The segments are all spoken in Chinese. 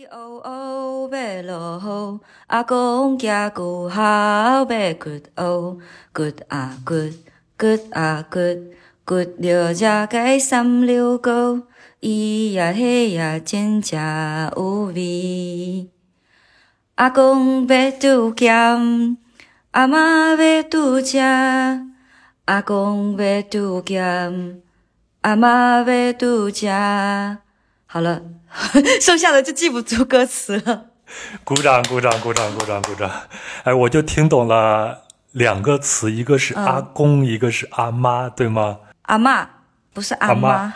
哦哦要落雨，阿公行久好要骨乌，骨啊骨，骨啊骨，骨了才该三溜沟，咿呀嘿呀真正有味。阿公要拄咸，阿嬷要拄正，阿公要拄咸，阿嬷要拄正。好了，剩下的就记不住歌词了。 鼓掌，鼓掌，鼓掌，鼓掌，鼓掌！哎，我就听懂了两个词，一个是阿公，一个是阿妈，对吗？ 阿嬷不是阿妈。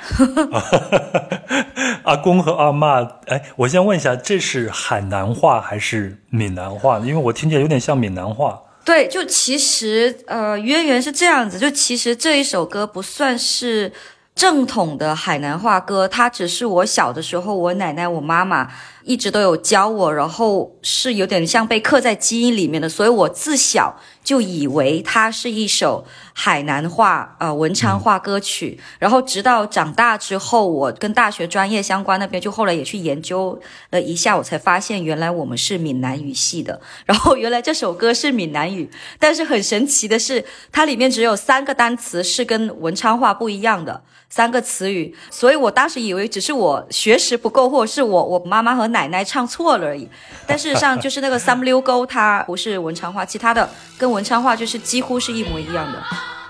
阿公和阿嬷，哎，我先问一下，这是海南话还是闽南话？因为我听起来有点像闽南话。 对，就其实渊源是这样子，就其实这一首歌不算是正统的海南话歌，它只是我小的时候我奶奶我妈妈一直都有教我，然后是有点像被刻在基因里面的，所以我自小就以为它是一首海南话文昌话歌曲，然后直到长大之后，我跟大学专业相关那边就后来也去研究了一下，我才发现原来我们是闽南语系的，然后原来这首歌是闽南语，但是很神奇的是它里面只有3个单词是跟文昌话不一样的，3个词语，所以我当时以为只是我学识不够，或者是我妈妈和奶奶唱错了而已。但事实上就是那个三溜沟它不是文昌话，其他的跟文昌话就是几乎是一模一样的。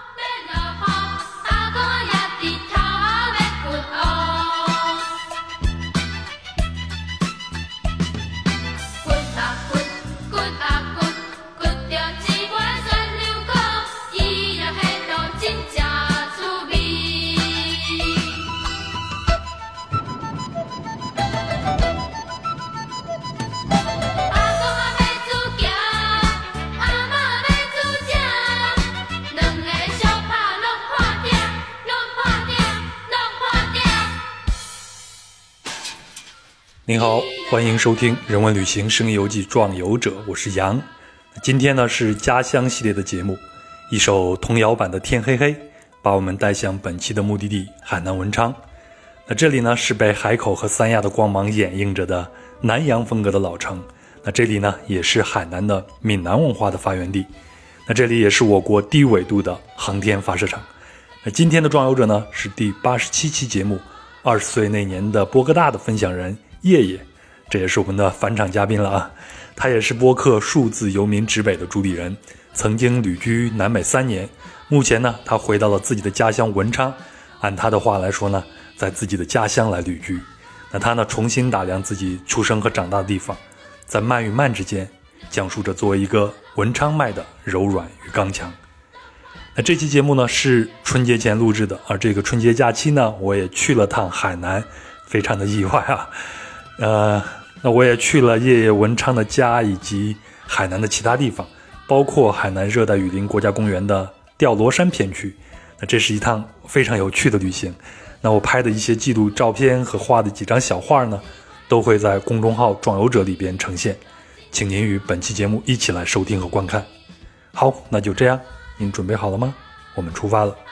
您好，欢迎收听人文旅行声音游记壮游者，我是杨。今天呢是家乡系列的节目，一首童谣版的天黑黑把我们带向本期的目的地海南文昌。那这里呢是被海口和三亚的光芒掩映着的南洋风格的老城，那这里呢也是海南的闽南文化的发源地，那这里也是我国低纬度的航天发射场。那今天的壮游者呢是第87期节目20岁那年的波哥大的分享人叶叶，这也是我们的返场嘉宾了啊！他也是播客数字游民指北的主理人，曾经旅居南美3年，目前呢，他回到了自己的家乡文昌。按他的话来说呢，在自己的家乡来旅居。那他呢，重新打量自己出生和长大的地方，在慢与慢之间，讲述着作为一个文昌麦的柔软与刚强。那这期节目呢是春节前录制的，而这个春节假期呢，我也去了趟海南，非常的意外啊。那我也去了叶叶文昌的家，以及海南的其他地方，包括海南热带雨林国家公园的吊罗山片区。那这是一趟非常有趣的旅行。那我拍的一些记录照片和画的几张小画呢，都会在公众号壮游者里边呈现，请您与本期节目一起来收听和观看。好，那就这样，您准备好了吗？我们出发了。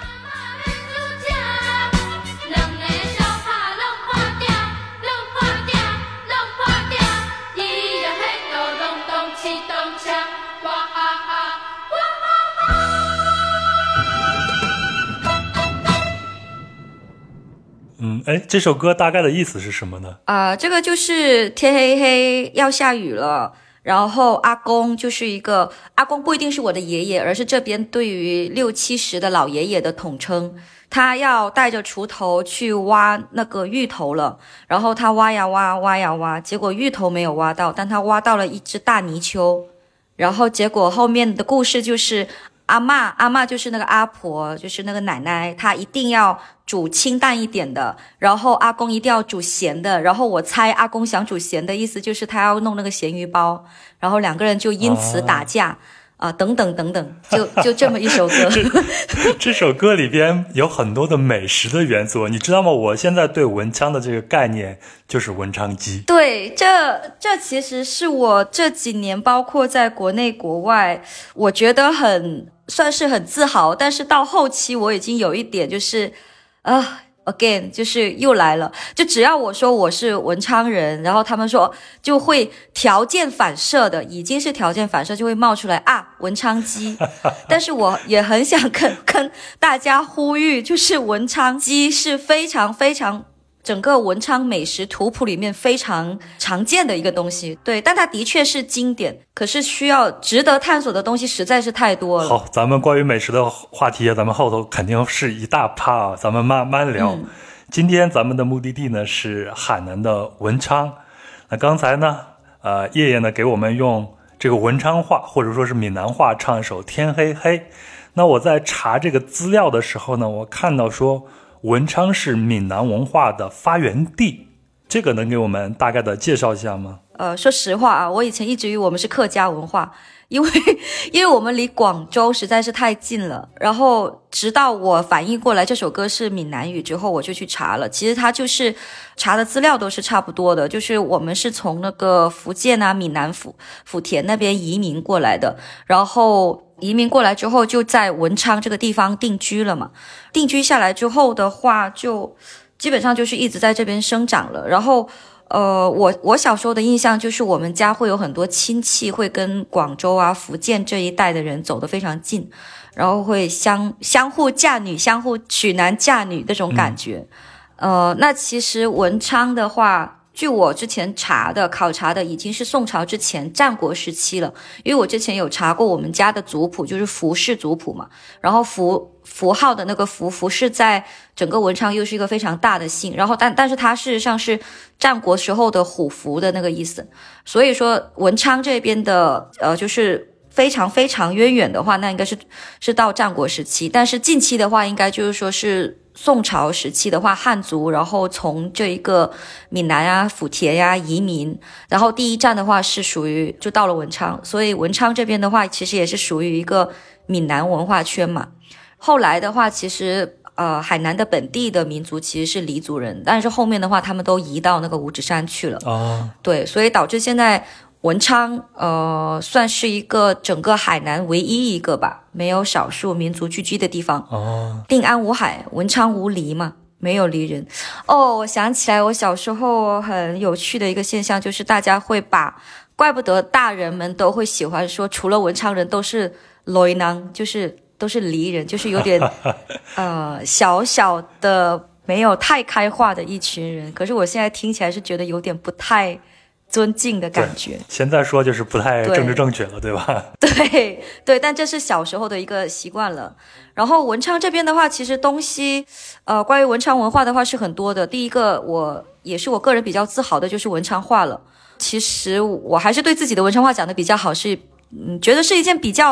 这首歌大概的意思是什么呢？ 这个就是天黑黑要下雨了，然后阿公就是一个阿公，不一定是我的爷爷，而是这边对于60、70的老爷爷的统称。他要带着锄头去挖那个芋头了，然后他挖呀挖，挖呀挖，结果芋头没有挖到，但他挖到了一只大泥鳅，然后结果后面的故事就是阿嬷就是那个阿婆，就是那个奶奶，她一定要煮清淡一点的，然后阿公一定要煮咸的，然后我猜阿公想煮咸的意思就是他要弄那个咸鱼包，然后2个人就因此打架等等等等，就这么一首歌。 这首歌里边有很多的美食的元素，你知道吗？我现在对文昌的这个概念就是文昌鸡。 对，这其实是我这几年包括在国内国外，我觉得算是很自豪，但是到后期我已经有一点就是 again， 就是又来了。就只要我说我是文昌人，然后他们说就会条件反射的，已经是条件反射就会冒出来啊，文昌鸡。但是我也很想跟大家呼吁，就是文昌鸡是非常非常整个文昌美食图谱里面非常常见的一个东西，对，但它的确是经典，可是需要值得探索的东西实在是太多了。 好，咱们关于美食的话题，咱们后头肯定是一大趴啊，咱们慢慢聊。今天咱们的目的地呢是海南的文昌。那刚才呢，叶叶呢给我们用这个文昌话或者说是闽南话唱一首《天黑黑》。那我在查这个资料的时候呢，我看到说文昌是闽南文化的发源地，这个能给我们大概的介绍一下吗？ 说实话啊，我以前一直以为我们是客家文化，因为我们离广州实在是太近了。然后直到我反应过来这首歌是闽南语之后，我就去查了。其实它就是查的资料都是差不多的，就是我们是从那个福建啊、闽南福田那边移民过来的，然后移民过来之后就在文昌这个地方定居了嘛。定居下来之后的话，就基本上就是一直在这边生长了。然后我小时候的印象就是我们家会有很多亲戚会跟广州啊、福建这一带的人走得非常近，然后会相互嫁女、相互娶男嫁女那种感觉。那其实文昌的话，据我之前考察的已经是宋朝之前战国时期了，因为我之前有查过我们家的族谱，就是服氏族谱嘛，然后符号的那个服氏在整个文昌又是一个非常大的姓，然后但是它事实上是战国时候的虎符的那个意思，所以说文昌这边的就是非常非常渊源的话，那应该是到战国时期，但是近期的话应该就是说是宋朝时期的话，汉族然后从这一个闽南啊、福田呀移民，然后第一站的话是属于就到了文昌，所以文昌这边的话其实也是属于一个闽南文化圈嘛。后来的话，其实海南的本地的民族其实是黎族人，但是后面的话他们都移到那个五指山去了。对，所以导致现在文昌算是一个整个海南唯一一个吧，没有少数民族聚居的地方。定安无海，文昌无黎嘛，没有黎人。我想起来我小时候很有趣的一个现象，就是大家会怪不得大人们都会喜欢说除了文昌人都是雷囊，就是都是黎人，就是有点小小的没有太开化的一群人。可是我现在听起来是觉得有点不太尊敬的感觉， 现在说就是不太政治正确了， 对吧？ 对，但这是小时候的一个习惯了。然后文昌这边的话，其实东西关于文昌文化的话是很多的。第一个也是我个人比较自豪的就是文昌话了。其实我还是对自己的文昌话讲的比较好，是觉得是一件比较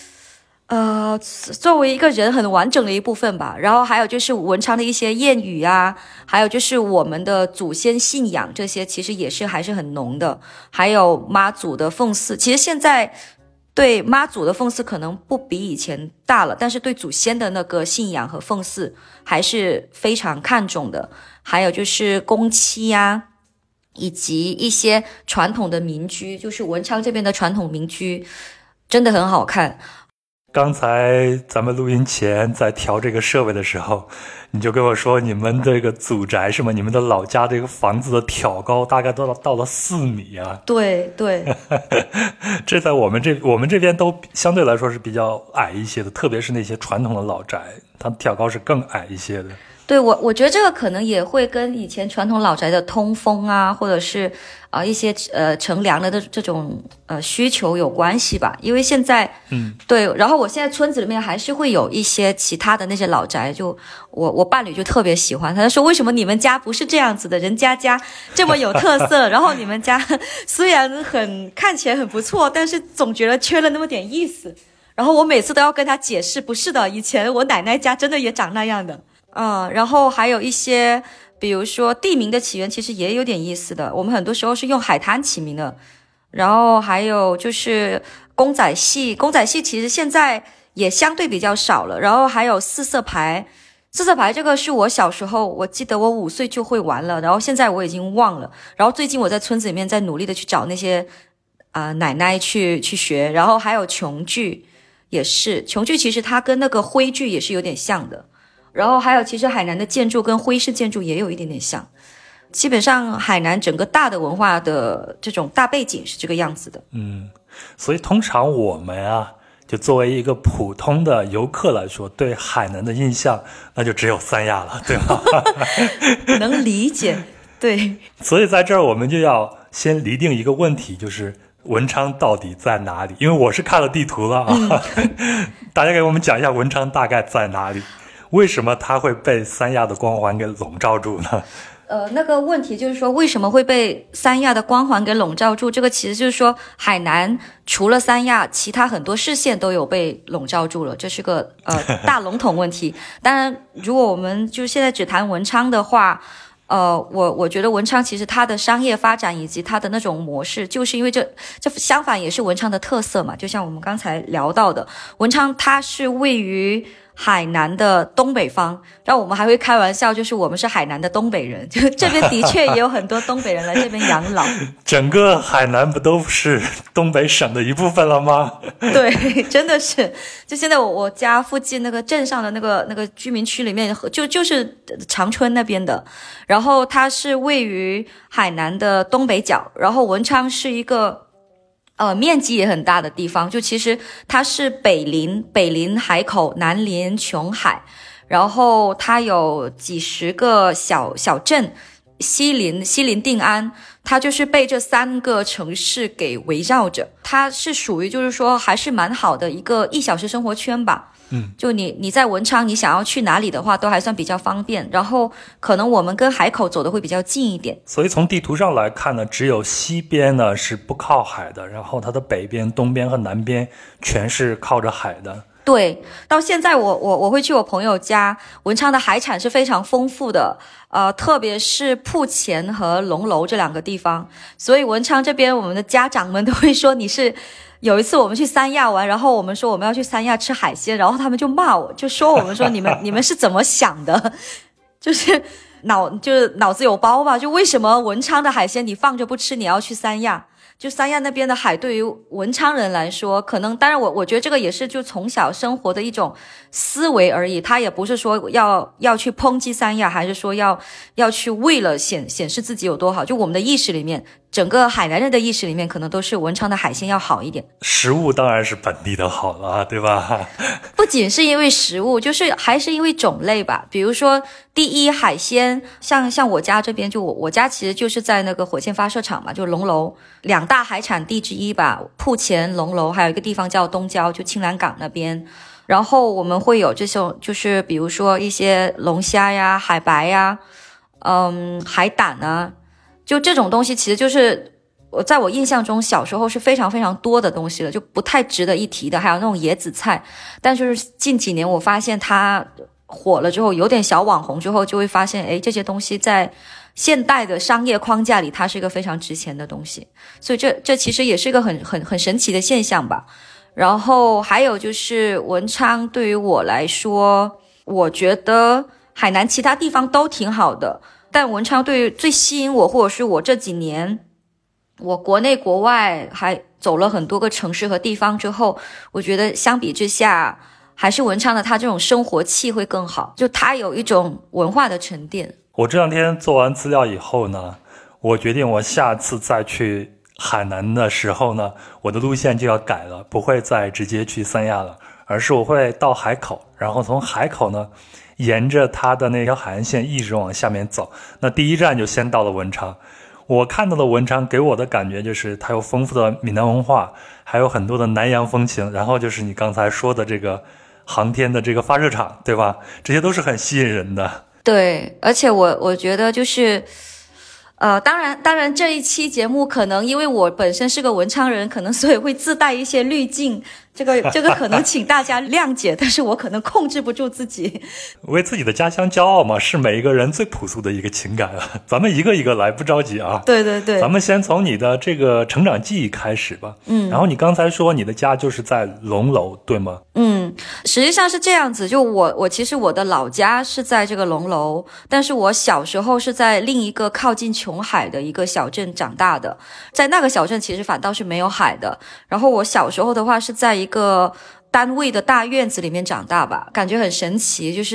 作为一个人很完整的一部分吧。然后还有就是文昌的一些谚语啊，还有就是我们的祖先信仰，这些其实也是还是很浓的。还有妈祖的奉祀，其实现在对妈祖的奉祀可能不比以前大了，但是对祖先的那个信仰和奉祀还是非常看重的。还有就是公妻啊，以及一些传统的民居，就是文昌这边的传统民居真的很好看。 刚才咱们录音前在调这个设备的时候，你就跟我说你们这个祖宅是吗？你们的老家这个房子的挑高大概都到了4米啊。 对这在我们这边都相对来说是比较矮一些的，特别是那些传统的老宅，它挑高是更矮一些的。 对，我觉得这个可能也会跟以前传统老宅的通风啊，或者是一些乘凉的这种需求有关系吧。因为现在对，然后我现在村子里面还是会有一些其他的那些老宅，就我伴侣就特别喜欢，他就说为什么你们家不是这样子的，人家这么有特色，然后你们家虽然看起来很不错，但是总觉得缺了那么点意思。然后我每次都要跟他解释，不是的，以前我奶奶家真的也长那样的。然后还有一些比如说地名的起源其实也有点意思的，我们很多时候是用海滩起名的。然后还有就是公仔戏其实现在也相对比较少了。然后还有四色牌这个是我小时候，我记得我5岁就会玩了，然后现在我已经忘了。然后最近我在村子里面在努力的去找那些奶奶去学。然后还有琼剧，也是琼剧，其实它跟那个徽剧也是有点像的。 然后还有其实海南的建筑跟徽式建筑也有一点点像。基本上海南整个大的文化的这种大背景是这个样子的。 所以通常我们啊，就作为一个普通的游客来说，对海南的印象那就只有三亚了，对吗？ 能理解，对。 所以在这儿我们就要先厘定一个问题，就是文昌到底在哪里？因为我是看了地图了啊，大家给我们讲一下文昌大概在哪里？为什么它会被三亚的光环给笼罩住呢？ 那个问题就是说，为什么会被三亚的光环给笼罩住？这个其实就是说，海南除了三亚，其他很多市县都有被笼罩住了，这是个大笼统问题。当然，如果我们就现在只谈文昌的话，我觉得文昌其实它的商业发展以及它的那种模式，就是因为这相反也是文昌的特色嘛。就像我们刚才聊到的，文昌它是位于海南的东北方，然后我们还会开玩笑，就是我们是海南的东北人，就这边的确也有很多东北人来这边养老。 整个海南不都是东北省的一部分了吗？ 对，真的是。就现在我家附近那个镇上的那个居民区里面，就是长春那边的，然后它是位于海南的东北角，然后文昌是一个面积也很大的地方，就其实它是北临海口，南临琼海，然后它有几十个小镇，西临定安，它就是被这3个城市给围绕着，它是属于就是说还是蛮好的一个1小时生活圈吧。就你在文昌，你想要去哪里的话，都还算比较方便。然后可能我们跟海口走的会比较近一点。 所以从地图上来看呢，只有西边呢是不靠海的，然后它的北边、东边和南边全是靠着海的。 对，到现在我会去我朋友家，文昌的海产是非常丰富的，特别是铺前和龙楼这2个地方。所以文昌这边我们的家长们都会说你是。有一次我们去三亚玩，然后我们说我们要去三亚吃海鲜，然后他们就骂我，就说我们说你们是怎么想的，就是脑子有包吧？就为什么文昌的海鲜你放着不吃，你要去三亚？就三亚那边的海对于文昌人来说，可能当然我觉得这个也是就从小生活的一种思维而已，他也不是说要去抨击三亚，还是说要去为了显示自己有多好，就我们的意识里面，整个海南人的意识里面可能都是文昌的海鲜要好一点。 食物当然是本地的好了，对吧？ 不仅是因为食物，就是还是因为种类吧。比如说第一海鲜，像我家这边，就我家其实就是在那个火箭发射场嘛，就龙楼2大海产地之一吧，铺前龙楼，还有一个地方叫东郊，就青兰港那边。然后我们会有这种，就是比如说一些龙虾呀、海白呀、海胆啊，就这种东西其实就是在我印象中小时候是非常非常多的东西了，就不太值得一提的。还有那种椰子菜，但是近几年我发现它火了之后，有点小网红之后，就会发现这些东西在现代的商业框架里，它是一个非常值钱的东西。所以这其实也是一个很神奇的现象吧。然后还有就是文昌对于我来说，我觉得海南其他地方都挺好的，但文昌对于最吸引我，或者是我这几年我国内国外还走了很多个城市和地方之后，我觉得相比之下还是文昌的它这种生活气会更好，就它有一种文化的沉淀。 我这2天做完资料以后呢，我决定我下次再去海南的时候呢，我的路线就要改了，不会再直接去三亚了，而是我会到海口，然后从海口呢沿着它的那条海岸线一直往下面走，那第一站就先到了文昌。我看到的文昌给我的感觉就是它有丰富的闽南文化，还有很多的南洋风情，然后就是你刚才说的这个航天的这个发射场，对吧？这些都是很吸引人的。 对，而且我觉得就是当然这一期节目可能因为我本身是个文昌人，可能所以会自带一些滤镜，这个可能请大家谅解，但是我可能控制不住自己。 为自己的家乡骄傲嘛，是每一个人最朴素的一个情感啊。咱们一个一个来，不着急啊。 对对对， 咱们先从你的这个成长记忆开始吧。然后你刚才说你的家就是在龙楼，对吗？ 实际上是这样子，就我其实我的老家是在这个龙楼，但是我小时候是在另一个靠近琼海的一个小镇长大的，在那个小镇其实反倒是没有海的。然后我小时候的话是在一个单位的大院子里面长大吧，感觉很神奇，就是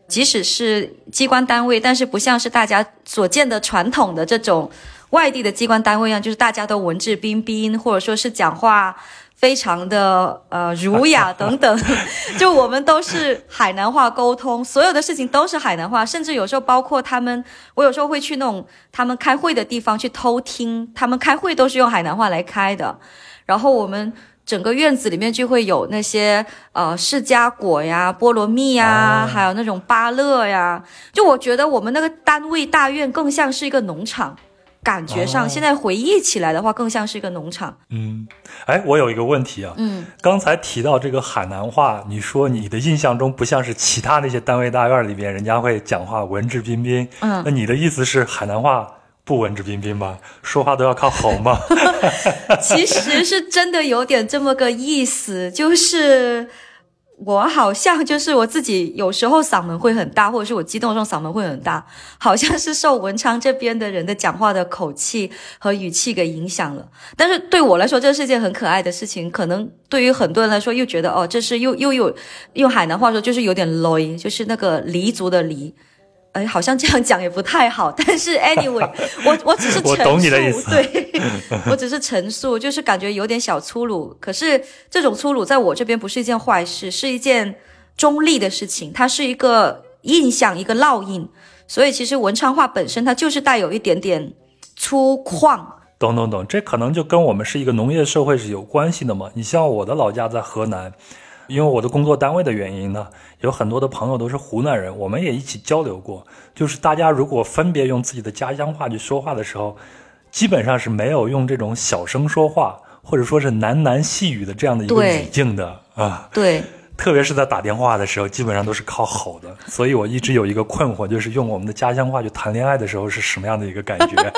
即使是机关单位，但是不像是大家所见的传统的这种外地的机关单位一样，就是大家都文质彬彬，或者说是讲话非常的儒雅等等。就我们都是海南话沟通，所有的事情都是海南话，甚至有时候包括我有时候会去那种他们开会的地方去偷听，他们开会都是用海南话来开的。然后我们整个院子里面就会有那些释迦果呀、菠萝蜜呀，还有那种芭乐呀。就我觉得我们那个单位大院更像是一个农场，感觉上现在回忆起来的话更像是一个农场。 我有一个问题啊，刚才提到这个海南话，你说你的印象中不像是其他那些单位大院里边人家会讲话文质彬彬，那你的意思是海南话不文质彬彬吧？说话都要靠吼吗？ 其实是真的有点这么个意思，就是我好像就是我自己有时候嗓门会很大，或者是我激动的时候嗓门会很大，好像是受文昌这边的人的讲话的口气和语气给影响了。但是对我来说这是件很可爱的事情，可能对于很多人来说又觉得这是又有用海南话说就是有点 loi， 就是那个黎族的黎。好像这样讲也不太好，但是 anyway， 我只是陈述， 我懂你的意思。 对，我只是陈述，就是感觉有点小粗鲁。可是这种粗鲁在我这边不是一件坏事，是一件中立的事情，它是一个印象，一个烙印。所以其实文昌话本身它就是带有一点点粗犷。 懂，这可能就跟我们是一个农业社会是有关系的嘛。你像我的老家在河南，因为我的工作单位的原因呢，有很多的朋友都是湖南人，我们也一起交流过。就是大家如果分别用自己的家乡话去说话的时候，基本上是没有用这种小声说话，或者说是喃喃细语的这样的一个语境的啊。 对，特别是在打电话的时候，基本上都是靠吼的。所以我一直有一个困惑，就是用我们的家乡话去谈恋爱的时候是什么样的一个感觉？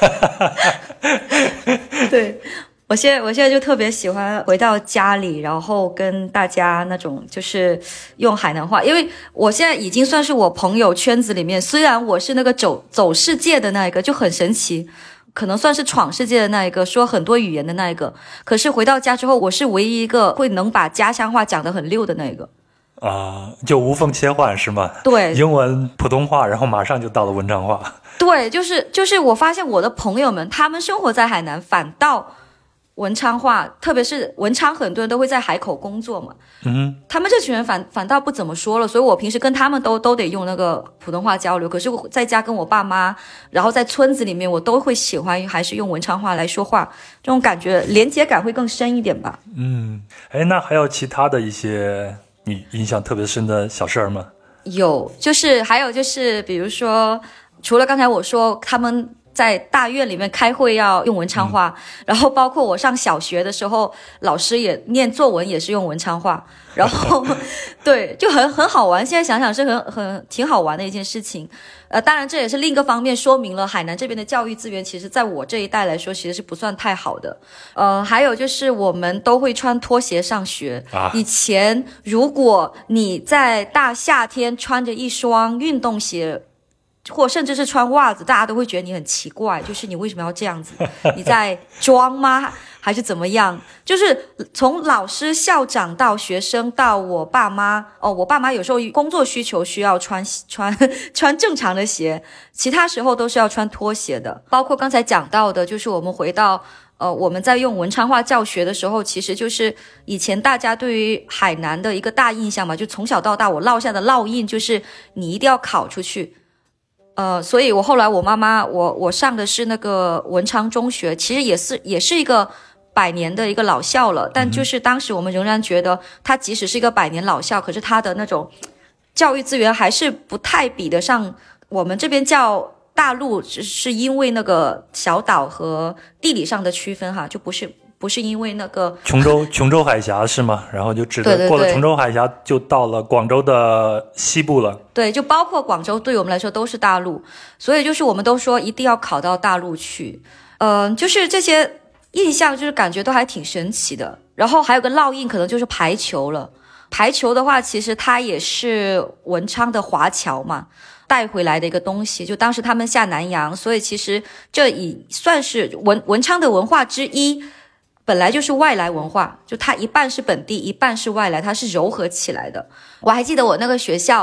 对。我现在就特别喜欢回到家里，然后跟大家那种就是用海南话，因为我现在已经算是我朋友圈子里面，虽然我是那个走世界的那一个，就很神奇，可能算是闯世界的那一个，说很多语言的那一个，可是回到家之后，我是唯一一个会能把家乡话讲得很溜的那个。 就无缝切换是吗？ 对， 英文普通话，然后马上就到了文昌话。 对，就是我发现我的朋友们，他们生活在海南，反倒文昌话，特别是文昌，很多人都会在海口工作嘛，他们这群人反倒不怎么说了，所以我平时跟他们都得用那个普通话交流。可是我在家跟我爸妈，然后在村子里面，我都会喜欢还是用文昌话来说话，这种感觉连结感会更深一点吧。 那还有其他的一些你印象特别深的小事儿吗？ 还有就是比如说，除了刚才我说他们在大院里面开会要用文昌话，然后包括我上小学的时候，老师也念作文也是用文昌话，然后对，就很好玩。现在想想是挺好玩的一件事情。当然这也是另一个方面说明了海南这边的教育资源，其实在我这一代来说其实是不算太好的。还有就是我们都会穿拖鞋上学。以前如果你在大夏天穿着一双运动鞋，或甚至是穿袜子，大家都会觉得你很奇怪，就是你为什么要这样子？你在装吗？还是怎么样？就是从老师、校长到学生到我爸妈，我爸妈有时候工作需求需要穿正常的鞋，其他时候都是要穿拖鞋的。包括刚才讲到的，就是我们回到我们在用文昌话教学的时候，其实就是以前大家对于海南的一个大印象嘛，就从小到大我烙下的烙印就是你一定要考出去。所以我后来我妈妈我上的是那个文昌中学，其实也是一个100年的一个老校了，但就是当时我们仍然觉得它即使是一个100年老校，可是它的那种教育资源还是不太比得上我们这边叫大陆，是因为那个小岛和地理上的区分哈，就不是因为那个琼州海峡是吗？然后就指的过了琼州海峡就到了广州的西部了。 对，就包括广州对我们来说都是大陆，所以就是我们都说一定要考到大陆去。就是这些印象就是感觉都还挺神奇的。然后还有个烙印可能就是排球了。排球的话其实它也是文昌的华侨嘛带回来的一个东西，就当时他们下南洋，所以其实这也算是文昌的文化之一，本来就是外来文化，就它一半是本地一半是外来，它是糅合起来的。我还记得我那个学校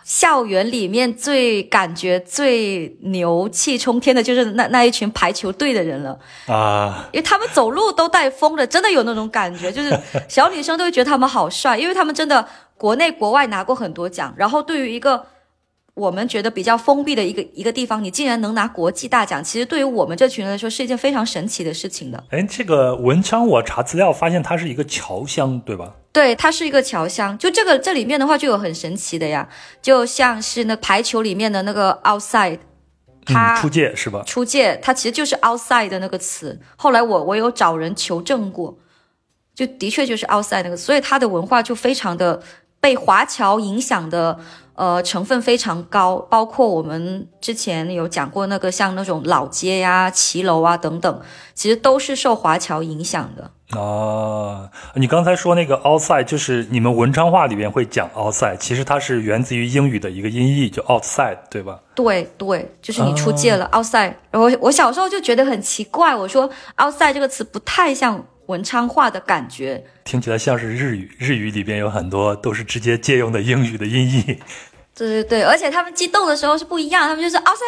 校园里面感觉最牛气冲天的就是那一群排球队的人了啊，因为他们走路都带风的，真的有那种感觉，就是小女生都会觉得他们好帅，因为他们真的国内国外拿过很多奖，然后对于一个我们觉得比较封闭的一个地方，你竟然能拿国际大奖，其实对于我们这群人来说是一件非常神奇的事情的。 这个文昌我查资料发现它是一个侨乡，对吧？ 对，它是一个侨乡。就这里面的话就有很神奇的呀，就像是那排球里面的那个 outside， 它出界是吧？ 出界，它其实就是 outside 的那个词。后来我有找人求证过，就的确就是 outside 那个，所以它的文化就非常的被华侨影响的。成分非常高，包括我们之前有讲过那个像那种老街呀、骑楼啊等等，其实都是受华侨影响的。 你刚才说那个 outside， 就是你们文昌话里边会讲 outside， 其实它是源自于英语的一个音译，就 outside， 对吧？ 对对，就是你出界了outside。然后我小时候就觉得很奇怪，我说 outside 这个词不太像文昌话的感觉， 听起来像是日语，日语里边有很多都是直接借用的英语的音译。 对对对，而且他们激动的时候是不一样，他们就是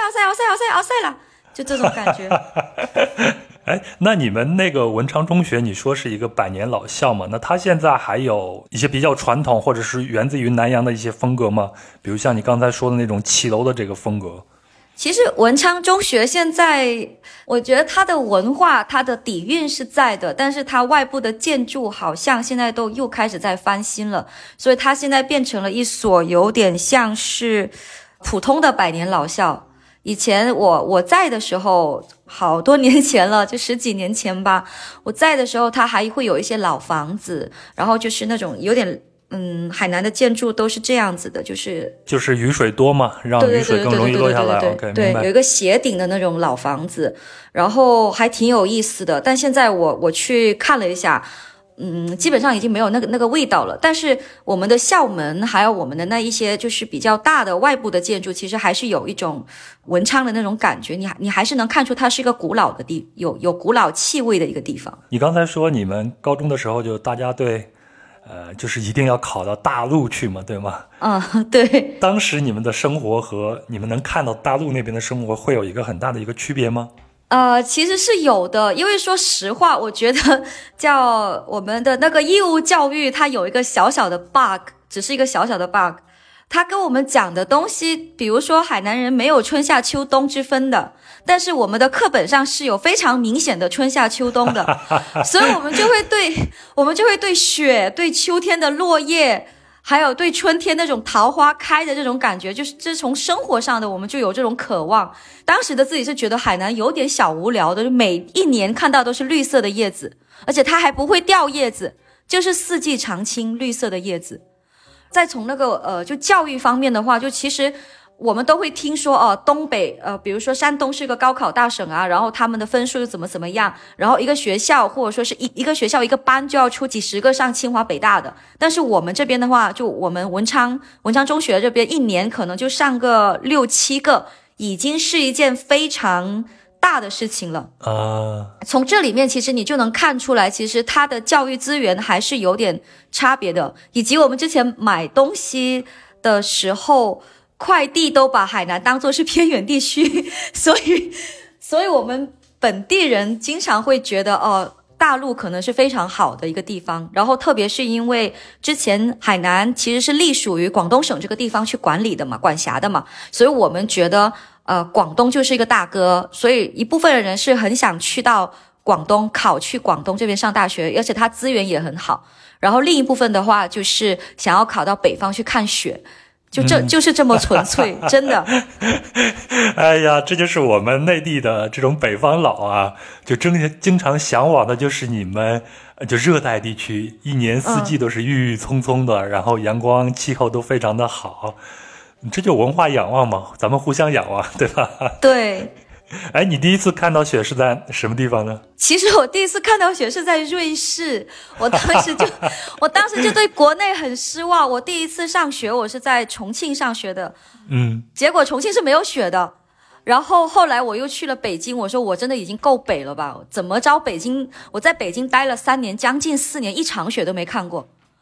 outside 啦，就这种感觉。 那你们那个文昌中学，你说是一个百年老校嘛？那它现在还有一些比较传统或者是源自于南洋的一些风格吗？比如像你刚才说的那种骑楼的这个风格。 其实文昌中学现在我觉得它的文化它的底蕴是在的，但是它外部的建筑好像现在都又开始在翻新了，所以它现在变成了一所有点像是普通的百年老校。以前我在的时候好多年前了，就10几年前吧，我在的时候它还会有一些老房子，然后就是那种有点海南的建筑都是这样子的，就是雨水多嘛，让雨水更容易落下来。 对，有一个斜顶的那种老房子，然后还挺有意思的。但现在我去看了一下，基本上已经没有那个味道了。但是我们的校门还有我们的那一些就是比较大的外部的建筑，其实还是有一种文昌的那种感觉。你还是能看出它是一个古老的有古老气味的一个地方。 你刚才说你们高中的时候就大家对。就是一定要考到大陆去嘛，对吗？ 对。 当时你们的生活和你们能看到大陆那边的生活会有一个很大的一个区别吗？ 其实是有的，因为说实话，我觉得叫我们的那个义务教育，它有一个小小的 bug， 只是一个小小的 bug。他跟我们讲的东西，比如说海南人没有春夏秋冬之分的，但是我们的课本上是有非常明显的春夏秋冬的，所以我们就会对雪、对秋天的落叶，还有对春天那种桃花开的这种感觉，就是从生活上的我们就有这种渴望。当时的自己是觉得海南有点小无聊的，就每一年看到都是绿色的叶子，而且它还不会掉叶子，就是四季常青绿色的叶子。再从那个就教育方面的话，就其实我们都会听说东北比如说山东是一个高考大省啊，然后他们的分数又怎么样，然后一个学校或者说是一个学校一个班就要出几十个上清华北大的。但是我们这边的话，就我们文昌中学这边一年可能就上个6、7个，已经是一件非常大的事情了。从这里面其实你就能看出来，其实它的教育资源还是有点差别的，以及我们之前买东西的时候，快递都把海南当作是偏远地区，所以我们本地人经常会觉得大陆可能是非常好的一个地方。然后特别是因为之前海南其实是隶属于广东省这个地方去管理的嘛，管辖的嘛，所以我们觉得广东就是一个大哥，所以一部分的人是很想去到广东去广东这边上大学，而且它资源也很好。然后另一部分的话就是想要考到北方去看雪，就是这么纯粹，真的。 哎呀，这就是我们内地的这种北方佬啊，就经常向往的就是你们就热带地区，一年四季都是郁郁葱葱的，然后阳光气候都非常的好。这就文化仰望嘛，咱们互相仰望，对吧？ 对。 你第一次看到雪是在什么地方呢？ 其实我第一次看到雪是在瑞士，我当时就对国内很失望。我第一次上学，我是在重庆上学的，结果重庆是没有雪的。然后后来我又去了北京，我说我真的已经够北了吧？怎么着北京？我在北京待了3年，将近4年，一场雪都没看过。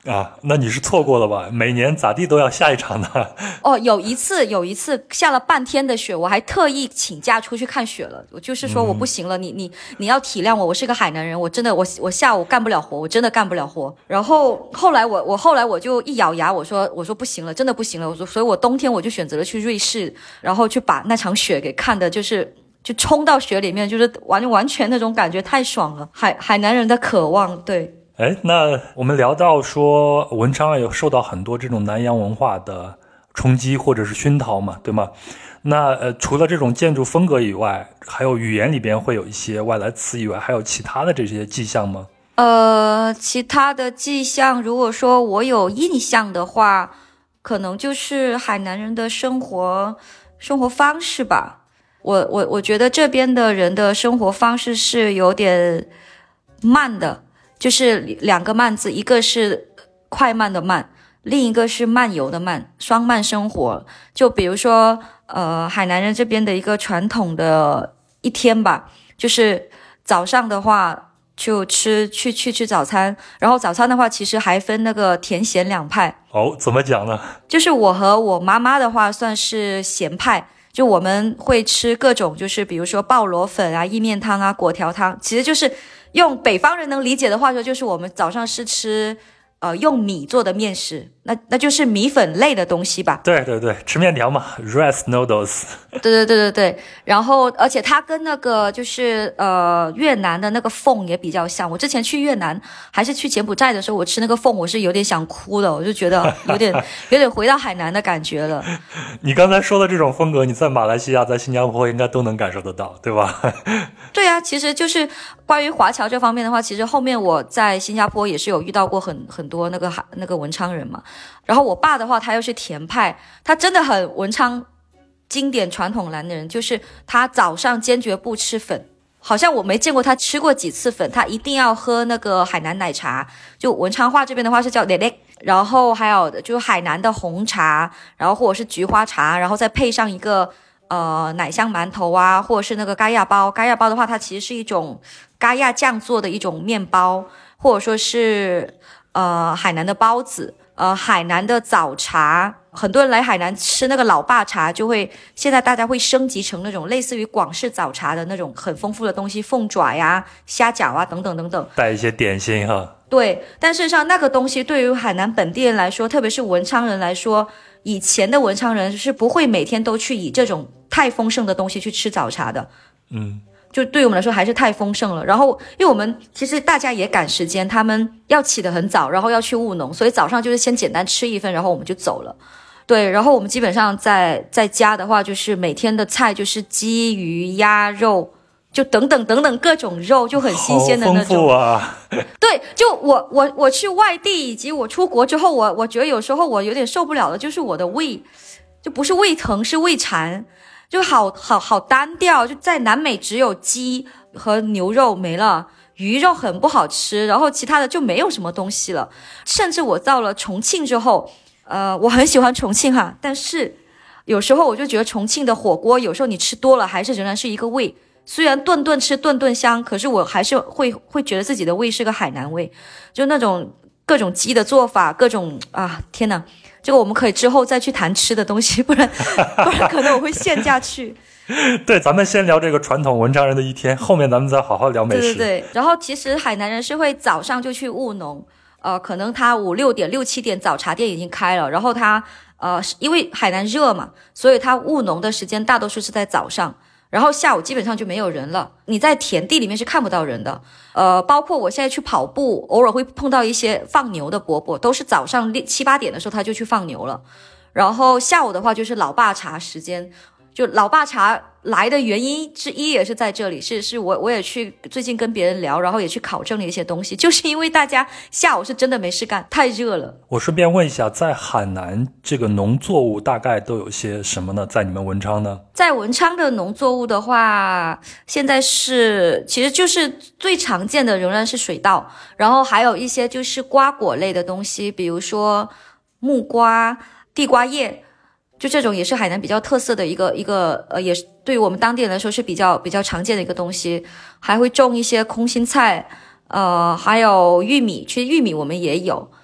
啊，那你是错过了吧？每年咋地都要下一场的。 哦，有一次下了半天的雪，我还特意请假出去看雪了。我就是说我不行了，你要体谅我，我是个海南人，我真的我下午干不了活，我真的干不了活。然后后来我就一咬牙，我说不行了，真的不行了。我说，所以我冬天我就选择了去瑞士，然后去把那场雪给看的，就冲到雪里面，就是完全那种感觉太爽了。海南人的渴望，对。 哎，那我们聊到说文昌有受到很多这种南洋文化的冲击或者是熏陶嘛，对吗？那除了这种建筑风格以外，还有语言里边会有一些外来词以外，还有其他的这些迹象吗？ 其他的迹象，如果说我有印象的话，可能就是海南人的生活方式吧。我觉得这边的人的生活方式是有点慢的。就是两个慢字，一个是快慢的慢，另一个是漫游的慢，双慢生活。就比如说海南人这边的一个传统的一天吧，就是早上的话就去吃早餐，然后早餐的话其实还分那个甜咸两派。 哦，怎么讲呢？ 就是我和我妈妈的话算是咸派，就我们会吃各种，就是比如说爆螺粉啊、意面汤啊、粿条汤，其实就是用北方人能理解的话说，就是我们早上是吃用米做的面食，那就是米粉类的东西吧。 对对对，吃面条嘛 ，rice noodles。 对。然后，而且它跟那个就是越南的那个凤也比较像。我之前去越南还是去柬埔寨的时候，我吃那个凤，我是有点想哭的，我就觉得有点回到海南的感觉了。 你刚才说的这种风格，你在马来西亚、在新加坡应该都能感受得到，对吧？ 对啊，其实就是关于华侨这方面的话，其实后面我在新加坡也是有遇到过很多那个文昌人嘛。然后我爸的话，他又是甜派，他真的很文昌经典传统蓝的人，就是他早上坚决不吃粉，好像我没见过他吃过几次粉，他一定要喝那个海南奶茶，就文昌话这边的话是叫奶奶，然后还有就是海南的红茶，然后或者是菊花茶，然后再配上一个奶香馒头啊，或者是那个嘎亚包。嘎亚包的话，它其实是一种嘎亚酱做的一种面包，或者说是海南的包子，海南的早茶。很多人来海南吃那个老爸茶，就会现在大家会升级成那种类似于广式早茶的那种很丰富的东西，凤爪呀、虾饺啊等等等等， 带一些点心哈。 对，但事实上那个东西对于海南本地人来说，特别是文昌人来说，以前的文昌人是不会每天都去以这种太丰盛的东西去吃早茶的。就对我们来说还是太丰盛了。然后因为我们其实大家也赶时间，他们要起得很早，然后要去务农，所以早上就是先简单吃一份，然后我们就走了。对，然后我们基本上在家的话，就是每天的菜就是鸡、鱼、鸭肉，就等等各种肉，就很新鲜的那种。 好丰富啊！ 对，就我去外地以及我出国之后，我觉得有时候我有点受不了的，就是我的胃，就不是胃疼，是胃馋，就好单调。就在南美只有鸡和牛肉没了，鱼肉很不好吃，然后其他的就没有什么东西了。甚至我到了重庆之后，我很喜欢重庆哈，但是有时候我就觉得重庆的火锅有时候你吃多了还是仍然是一个胃，虽然顿顿吃顿顿香，可是我还是会觉得自己的胃是个海南胃，就那种各种鸡的做法，各种天哪，这个我们可以之后再去谈吃的东西，不然可能我会陷下去。 对，咱们先聊这个传统文昌人的一天，后面咱们再好好聊美食。 对，然后其实海南人是会早上就去务农，可能他5、6点、6、7点早茶店已经开了，然后他因为海南热嘛，所以他务农的时间大多数是在早上，然后下午基本上就没有人了，你在田地里面是看不到人的。包括我现在去跑步，偶尔会碰到一些放牛的伯伯，都是早上7、8点的时候他就去放牛了。然后下午的话就是老爸茶时间，就老爸茶来的原因之一也是在这里，是我也去最近跟别人聊，然后也去考证了一些东西，就是因为大家下午是真的没事干，太热了。 我顺便问一下，在海南这个农作物大概都有些什么呢？在你们文昌呢？ 在文昌的农作物的话，现在其实就是最常见的仍然是水稻，然后还有一些就是瓜果类的东西，比如说木瓜、地瓜叶，就这种也是海南比较特色的一个也是对于我们当地人来说是比较常见的一个东西。还会种一些空心菜，还有玉米，其实玉米我们也有，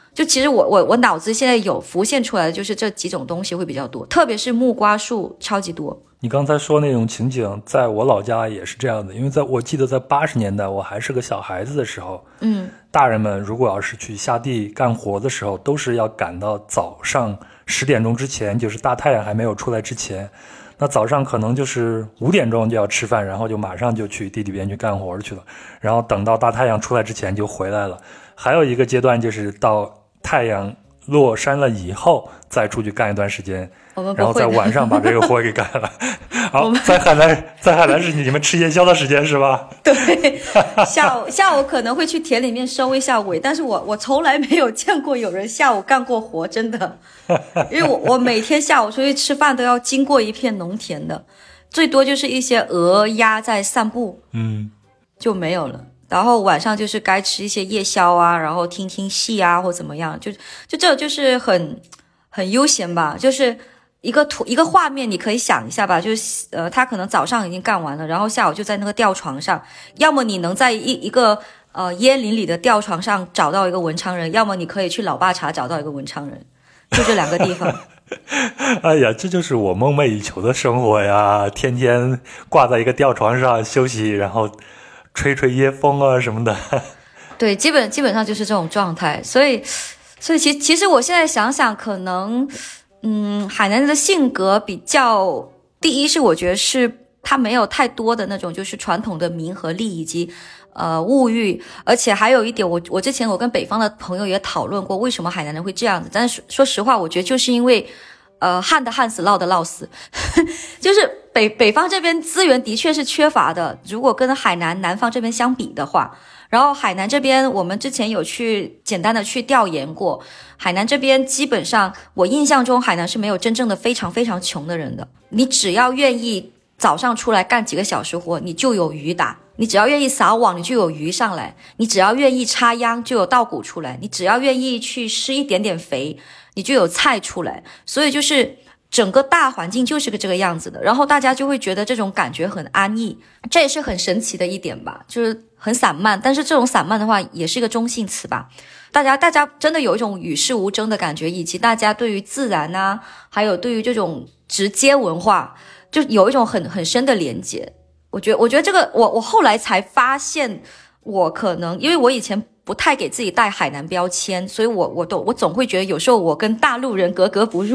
就其实我脑子现在有浮现出来的就是这几种东西会比较多，特别是木瓜树超级多。 你刚才说那种情景，在我老家也是这样的，因为我记得在80年代，我还是个小孩子的时候，大人们如果要是去下地干活的时候，都是要赶到早上10点钟之前，就是大太阳还没有出来之前。那早上可能就是5点钟就要吃饭，然后就马上就去地里边去干活去了，然后等到大太阳出来之前就回来了。还有一个阶段就是到太阳落山了以后再出去干一段时间，然后在晚上把这个活给干了。好，在海南是你们吃夜宵的时间是吧？ 对，下午可能会去田里面收一下尾，但是我从来没有见过有人下午干过活，真的。因为我每天下午出去吃饭都要经过一片农田的，最多就是一些鹅鸭在散步，就没有了。然后晚上就是该吃一些夜宵啊，然后听听戏啊或怎么样，就这就是很悠闲吧，就是一个画面，你可以想一下吧，就是他可能早上已经干完了，然后下午就在那个吊床上，要么你能在一个椰林里的吊床上找到一个文昌人，要么你可以去老爸茶找到一个文昌人，就这2个地方。 哎呀，这就是我梦寐以求的生活呀，天天挂在一个吊床上休息，然后吹吹椰风啊什么的。 对，基本上就是这种状态。所以其实我现在想想，可能海南人的性格比较，第一是我觉得是他没有太多的那种就是传统的名和利以及物欲，而且还有一点，我之前我跟北方的朋友也讨论过，为什么海南人会这样子。但是说实话，我觉得就是因为旱的旱死，涝的涝死，就是北方这边资源的确是缺乏的，如果跟南方这边相比的话。然后海南这边我们之前有去简单的去调研过，海南这边基本上我印象中海南是没有真正的非常非常穷的人的，你只要愿意早上出来干几个小时活，你就有鱼打，你只要愿意撒网，你就有鱼上来，你只要愿意插秧就有稻谷出来，你只要愿意去施一点点肥，你就有菜出来。所以就是整个大环境就是个这个样子的，然后大家就会觉得这种感觉很安逸，这也是很神奇的一点吧，就是很散漫，但是这种散漫的话也是一个中性词吧。大家真的有一种与世无争的感觉，以及大家对于自然啊，还有对于这种直接文化，就有一种很深的连结。我觉得这个我后来才发现，我可能因为我以前不太给自己带海南标签，所以我总会觉得有时候我跟大陆人格格不入。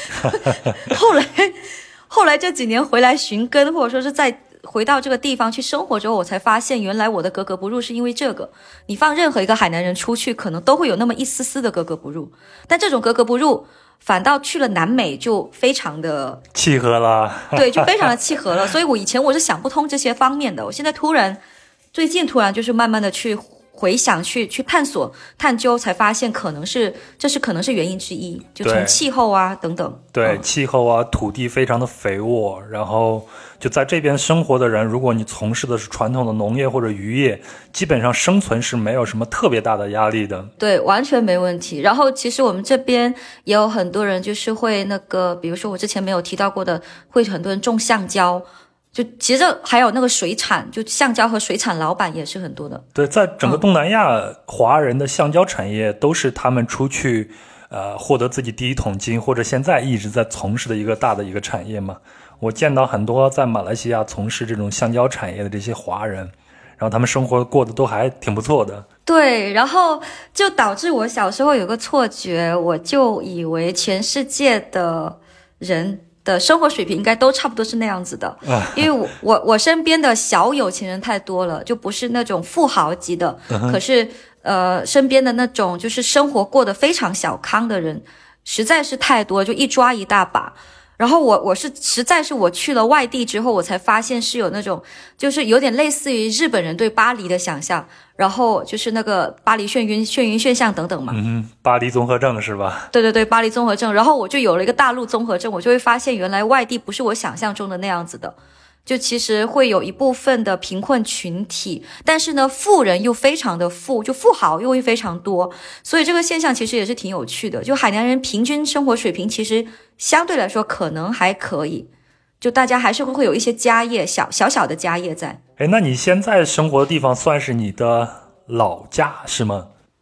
后来这几年回来寻根，或者说是再回到这个地方去生活之后，我才发现原来我的格格不入是因为这个。你放任何一个海南人出去，可能都会有那么一丝丝的格格不入，但这种格格不入反倒去了南美就非常的契合了。 对，就非常的契合了。所以以前我是想不通这些方面的，我现在最近突然就是慢慢的去回想，去探索探究，才发现这是可能是原因之一，就从气候啊等等。 对，气候啊，土地非常的肥沃，然后就在这边生活的人，如果你从事的是传统的农业或者渔业，基本上生存是没有什么特别大的压力的。 对，完全没问题。然后其实我们这边也有很多人就是会比如说我之前没有提到过的，会很多人种橡胶，就其实还有那个水产，就橡胶和水产老板也是很多的。 对，在整个东南亚，华人的橡胶产业都是他们出去获得自己第一桶金，或者现在一直在从事的一个大的一个产业嘛。我见到很多在马来西亚从事这种橡胶产业的这些华人，然后他们生活过得都还挺不错的。 对，然后就导致我小时候有个错觉，我就以为全世界的人的生活水平应该都差不多是那样子的，因为我身边的小有钱人太多了，就不是那种富豪级的，可是身边的那种就是生活过得非常小康的人实在是太多，就一抓一大把。然后我实在是我去了外地之后，我才发现是有那种就是有点类似于日本人对巴黎的想象，然后就是那个巴黎眩晕眩象等等嘛。 巴黎综合症是吧？ 对，巴黎综合症。然后我就有了一个大陆综合症，我就会发现原来外地不是我想象中的那样子的。就其实会有一部分的贫困群体，但是呢，富人又非常的富，就富豪又会非常多，所以这个现象其实也是挺有趣的。就海南人平均生活水平其实相对来说可能还可以，就大家还是会有一些家业，小的家业在。 那你现在生活的地方算是你的老家是吗？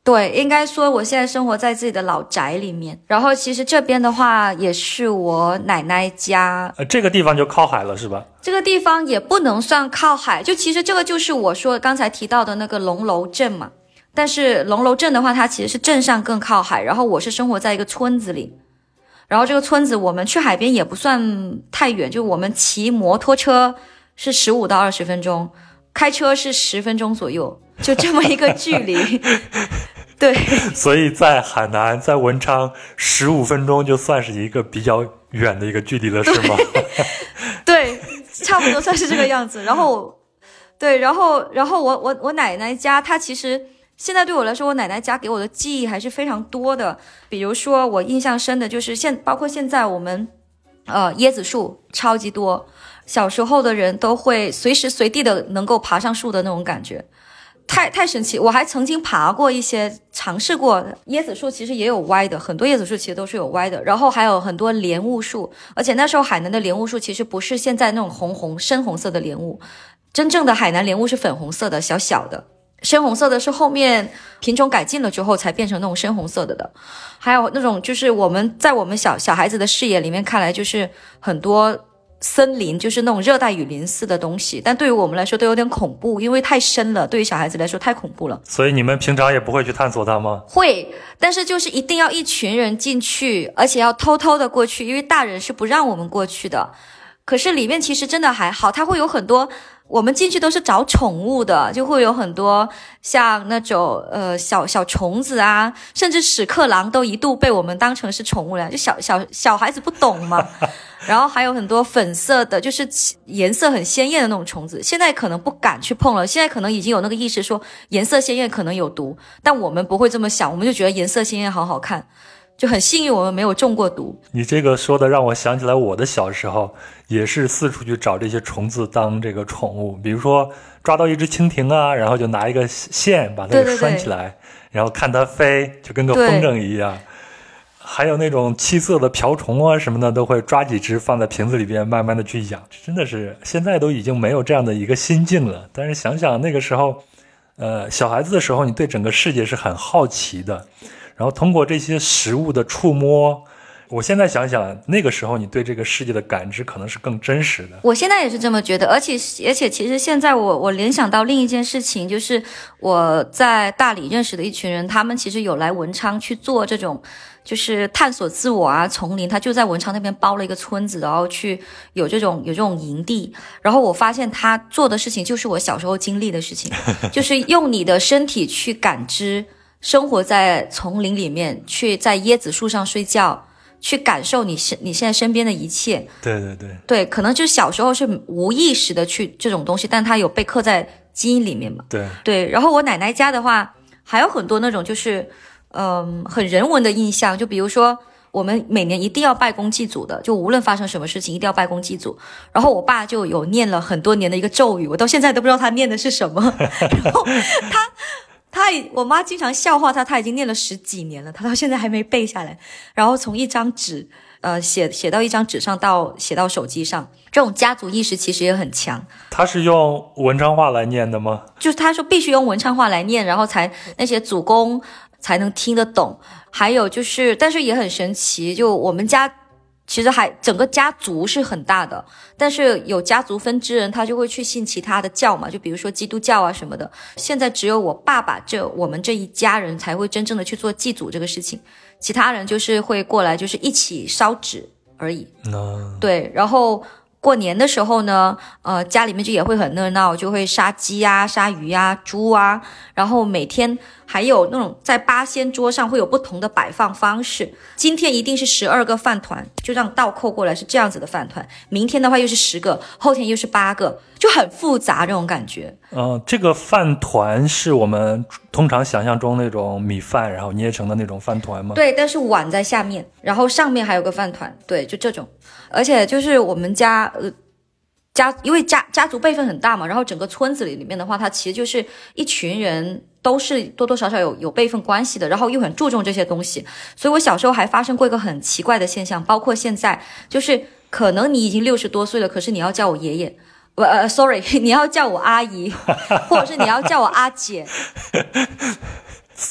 对，应该说我现在生活在自己的老宅里面，然后其实这边的话也是我奶奶家。 这个地方就靠海了是吧？ 这个地方也不能算靠海，就其实这个就是我说刚才提到的那个龙楼镇嘛。但是龙楼镇的话，它其实是镇上更靠海，然后我是生活在一个村子里，然后这个村子我们去海边也不算太远，就我们骑摩托车是15到20分钟，开车是10分钟左右，就这么一个距离。对， 所以在海南，在文昌15分钟就算是一个比较远的一个距离了，是吗？ 对，差不多算是这个样子。然后，对，然后我奶奶家，她其实现在对我来说，我奶奶家给我的记忆还是非常多的。比如说，我印象深的就是包括现在我们，椰子树超级多，小时候的人都会随时随地的能够爬上树的那种感觉。太神奇！我还曾经爬过一些，尝试过椰子树，其实也有歪的，很多椰子树其实都是有歪的。然后还有很多莲雾树，而且那时候海南的莲雾树其实不是现在那种深红色的莲雾，真正的海南莲雾是粉红色的，小小的，深红色的是后面品种改进了之后才变成那种深红色的。还有那种就是我们小孩子的视野里面看来就是很多森林，就是那种热带雨林似的东西，但对于我们来说都有点恐怖，因为太深了，对于小孩子来说太恐怖了。 所以你们平常也不会去探索它吗？ 会，但是就是一定要一群人进去，而且要偷偷的过去，因为大人是不让我们过去的。可是里面其实真的还好，它会有很多，我们进去都是找宠物的，就会有很多像那种小虫子啊，甚至屎壳郎都一度被我们当成是宠物了，就小孩子不懂嘛。然后还有很多粉色的，就是颜色很鲜艳的那种虫子，现在可能不敢去碰了，现在可能已经有那个意识说颜色鲜艳可能有毒，但我们不会这么想，我们就觉得颜色鲜艳好好看，就很幸运我们没有中过毒。 你这个说的让我想起来我的小时候也是四处去找这些虫子当这个宠物，比如说抓到一只蜻蜓啊，然后就拿一个线把它给拴起来，然后看它飞，就跟个风筝一样。还有那种七色的瓢虫啊什么的，都会抓几只放在瓶子里边慢慢的去养，真的是现在都已经没有这样的一个心境了。但是想想那个时候小孩子的时候，你对整个世界是很好奇的，然后通过这些食物的触摸，我现在想想那个时候你对这个世界的感知可能是更真实的。 我现在也是这么觉得，而且其实现在我联想到另一件事情，就是我在大理认识的一群人，他们其实有来文昌去做这种就是探索自我啊，丛林，他就在文昌那边包了一个村子，然后去有这种营地。然后我发现他做的事情就是我小时候经历的事情，就是用你的身体去感知生活在丛林里面，去在椰子树上睡觉，去感受你现在身边的一切。对，可能就小时候是无意识的去这种东西，但它有被刻在基因里面嘛。对，然后我奶奶家的话还有很多那种就是很人文的印象，就比如说我们每年一定要拜公祭祖的，就无论发生什么事情一定要拜公祭祖。然后我爸就有念了很多年的一个咒语，我到现在都不知道他念的是什么。然后我妈经常笑话他已经念了10几年了，他到现在还没背下来。然后从一张纸写到一张纸上到写到手机上，这种家族意识其实也很强。 他是用文昌话来念的吗？ 就是他说必须用文昌话来念，然后才那些祖公才能听得懂。还有就是，但是也很神奇，就我们家其实整个家族是很大的，但是有家族分支人他就会去信其他的教嘛，就比如说基督教啊什么的。现在只有我爸爸我们这一家人才会真正的去做祭祖这个事情，其他人就是会过来就是一起烧纸而已。对，然后过年的时候呢，家里面就也会很热闹，就会杀鸡啊、杀鱼啊、猪啊，然后每天还有那种在八仙桌上会有不同的摆放方式。今天一定是12个饭团，就让倒扣过来是这样子的饭团，明天的话又是10个，后天又是8个，就很复杂这种感觉。 这个饭团是我们通常想象中那种米饭然后捏成的那种饭团吗？ 对，但是碗在下面，然后上面还有个饭团，对，就这种。而且就是我们家因为家族辈分很大嘛，然后整个村子里面的话，它其实就是一群人都是多多少少有辈分关系的，然后又很注重这些东西。所以我小时候还发生过一个很奇怪的现象，包括现在，就是可能你已经60多岁了，可是你要叫我爷爷，sorry， 你要叫我阿姨，或者是你要叫我阿姐。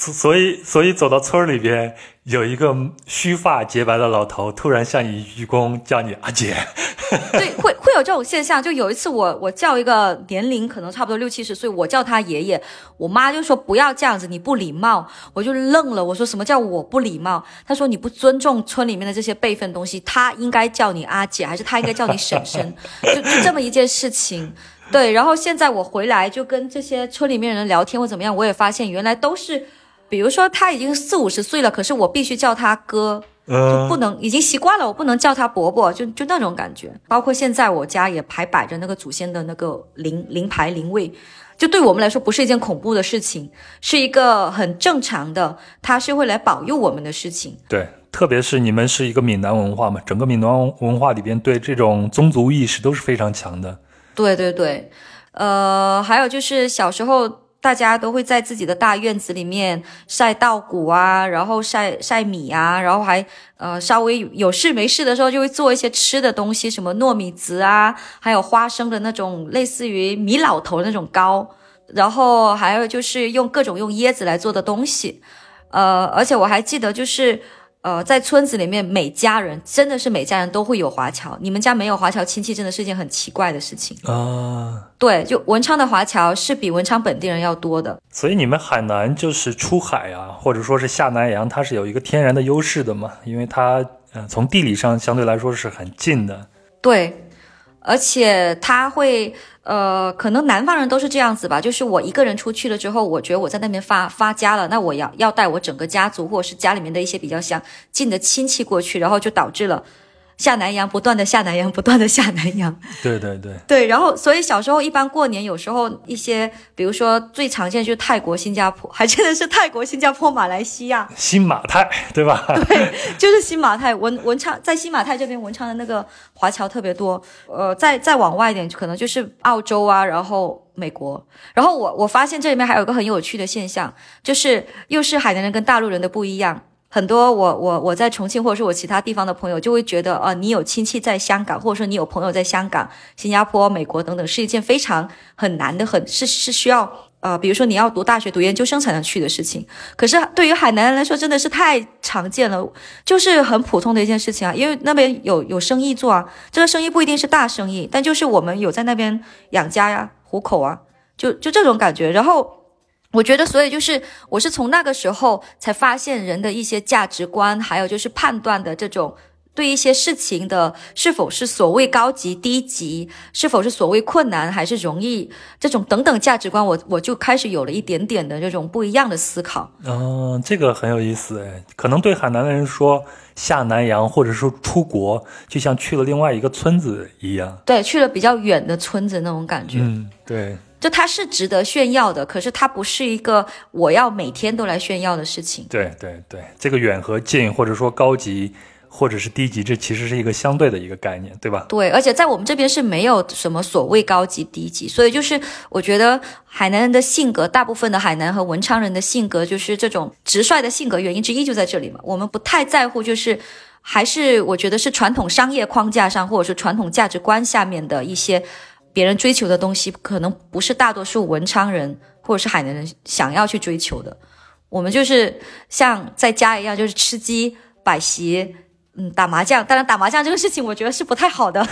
所以走到村里边，有一个须发洁白的老头突然向你鞠躬，叫你阿姐。 对，会有这种现象。就有一次我叫一个年龄可能差不多60-70岁，我叫他爷爷，我妈就说不要这样子，你不礼貌。我就愣了，我说什么叫我不礼貌？他说你不尊重村里面的这些辈分东西，他应该叫你阿姐，还是他应该叫你婶婶？就这么一件事情。对，然后现在我回来就跟这些村里面人聊天或怎么样，我也发现原来都是，比如说他已经40-50岁了，可是我必须叫他哥。就不能，已经习惯了，我不能叫他伯伯，就那种感觉。包括现在我家也还摆着那个祖先的那个灵牌灵位，就对我们来说不是一件恐怖的事情，是一个很正常的，他是会来保佑我们的事情。 对，特别是你们是一个闽南文化嘛，整个闽南文化里边对这种宗族意识都是非常强的。 对对对，还有就是小时候大家都会在自己的大院子里面晒稻谷啊，然后晒米啊，然后还稍微有事没事的时候就会做一些吃的东西，什么糯米糍啊，还有花生的那种类似于米老头的那种糕，然后还有就是用各种用椰子来做的东西。而且我还记得就是在村子里面每家人真的是每家人都会有华侨，你们家没有华侨亲戚真的是一件很奇怪的事情啊。对，就文昌的华侨是比文昌本地人要多的。 所以你们海南就是出海啊，或者说是下南洋，它是有一个天然的优势的嘛，因为它从地理上相对来说是很近的。 对，而且它会可能南方人都是这样子吧，就是我一个人出去了之后，我觉得我在那边发家了，那我要带我整个家族或者是家里面的一些比较相近的亲戚过去，然后就导致了下南洋不断的下南洋，不断的下南洋。 对对对对，然后所以小时候一般过年有时候一些比如说最常见就是泰国新加坡，还真的是泰国新加坡马来西亚新马泰，对吧？ 对，就是新马泰文昌，在新马泰这边文昌的那个华侨特别多。再往外一点可能就是澳洲啊，然后美国。然后我发现这里面还有一个很有趣的现象，就是又是海南人跟大陆人的不一样。很多我在重庆或者是我其他地方的朋友就会觉得你有亲戚在香港，或者说你有朋友在香港、新加坡、美国等等，是一件非常很难的，是需要比如说你要读大学、读研究生才能去的事情。可是对于海南人来说真的是太常见了，就是很普通的一件事情啊，因为那边有生意做啊，这个生意不一定是大生意，但就是我们有在那边养家呀、糊口啊，就这种感觉。然后我觉得，所以就是我是从那个时候才发现人的一些价值观，还有就是判断的这种对一些事情的是否是所谓高级低级，是否是所谓困难还是容易，这种等等价值观，我就开始有了一点点的这种不一样的思考。 这个很有意思诶，可能对海南的人说下南洋或者说出国，就像去了另外一个村子一样。 对，去了比较远的村子那种感觉。 对。 就它是值得炫耀的，可是它不是一个我要每天都来炫耀的事情。 对对对，这个远和近，或者说高级或者是低级，这其实是一个相对的一个概念，对吧？ 对，而且在我们这边是没有什么所谓高级低级，所以就是我觉得海南人的性格，大部分的海南和文昌人的性格就是这种直率的性格，原因之一就在这里嘛。我们不太在乎，就是还是我觉得是传统商业框架上，或者是传统价值观下面的一些别人追求的东西，可能不是大多数文昌人或者是海南人想要去追求的。我们就是像在家一样，就是吃鸡摆席，打麻将。当然打麻将这个事情我觉得是不太好的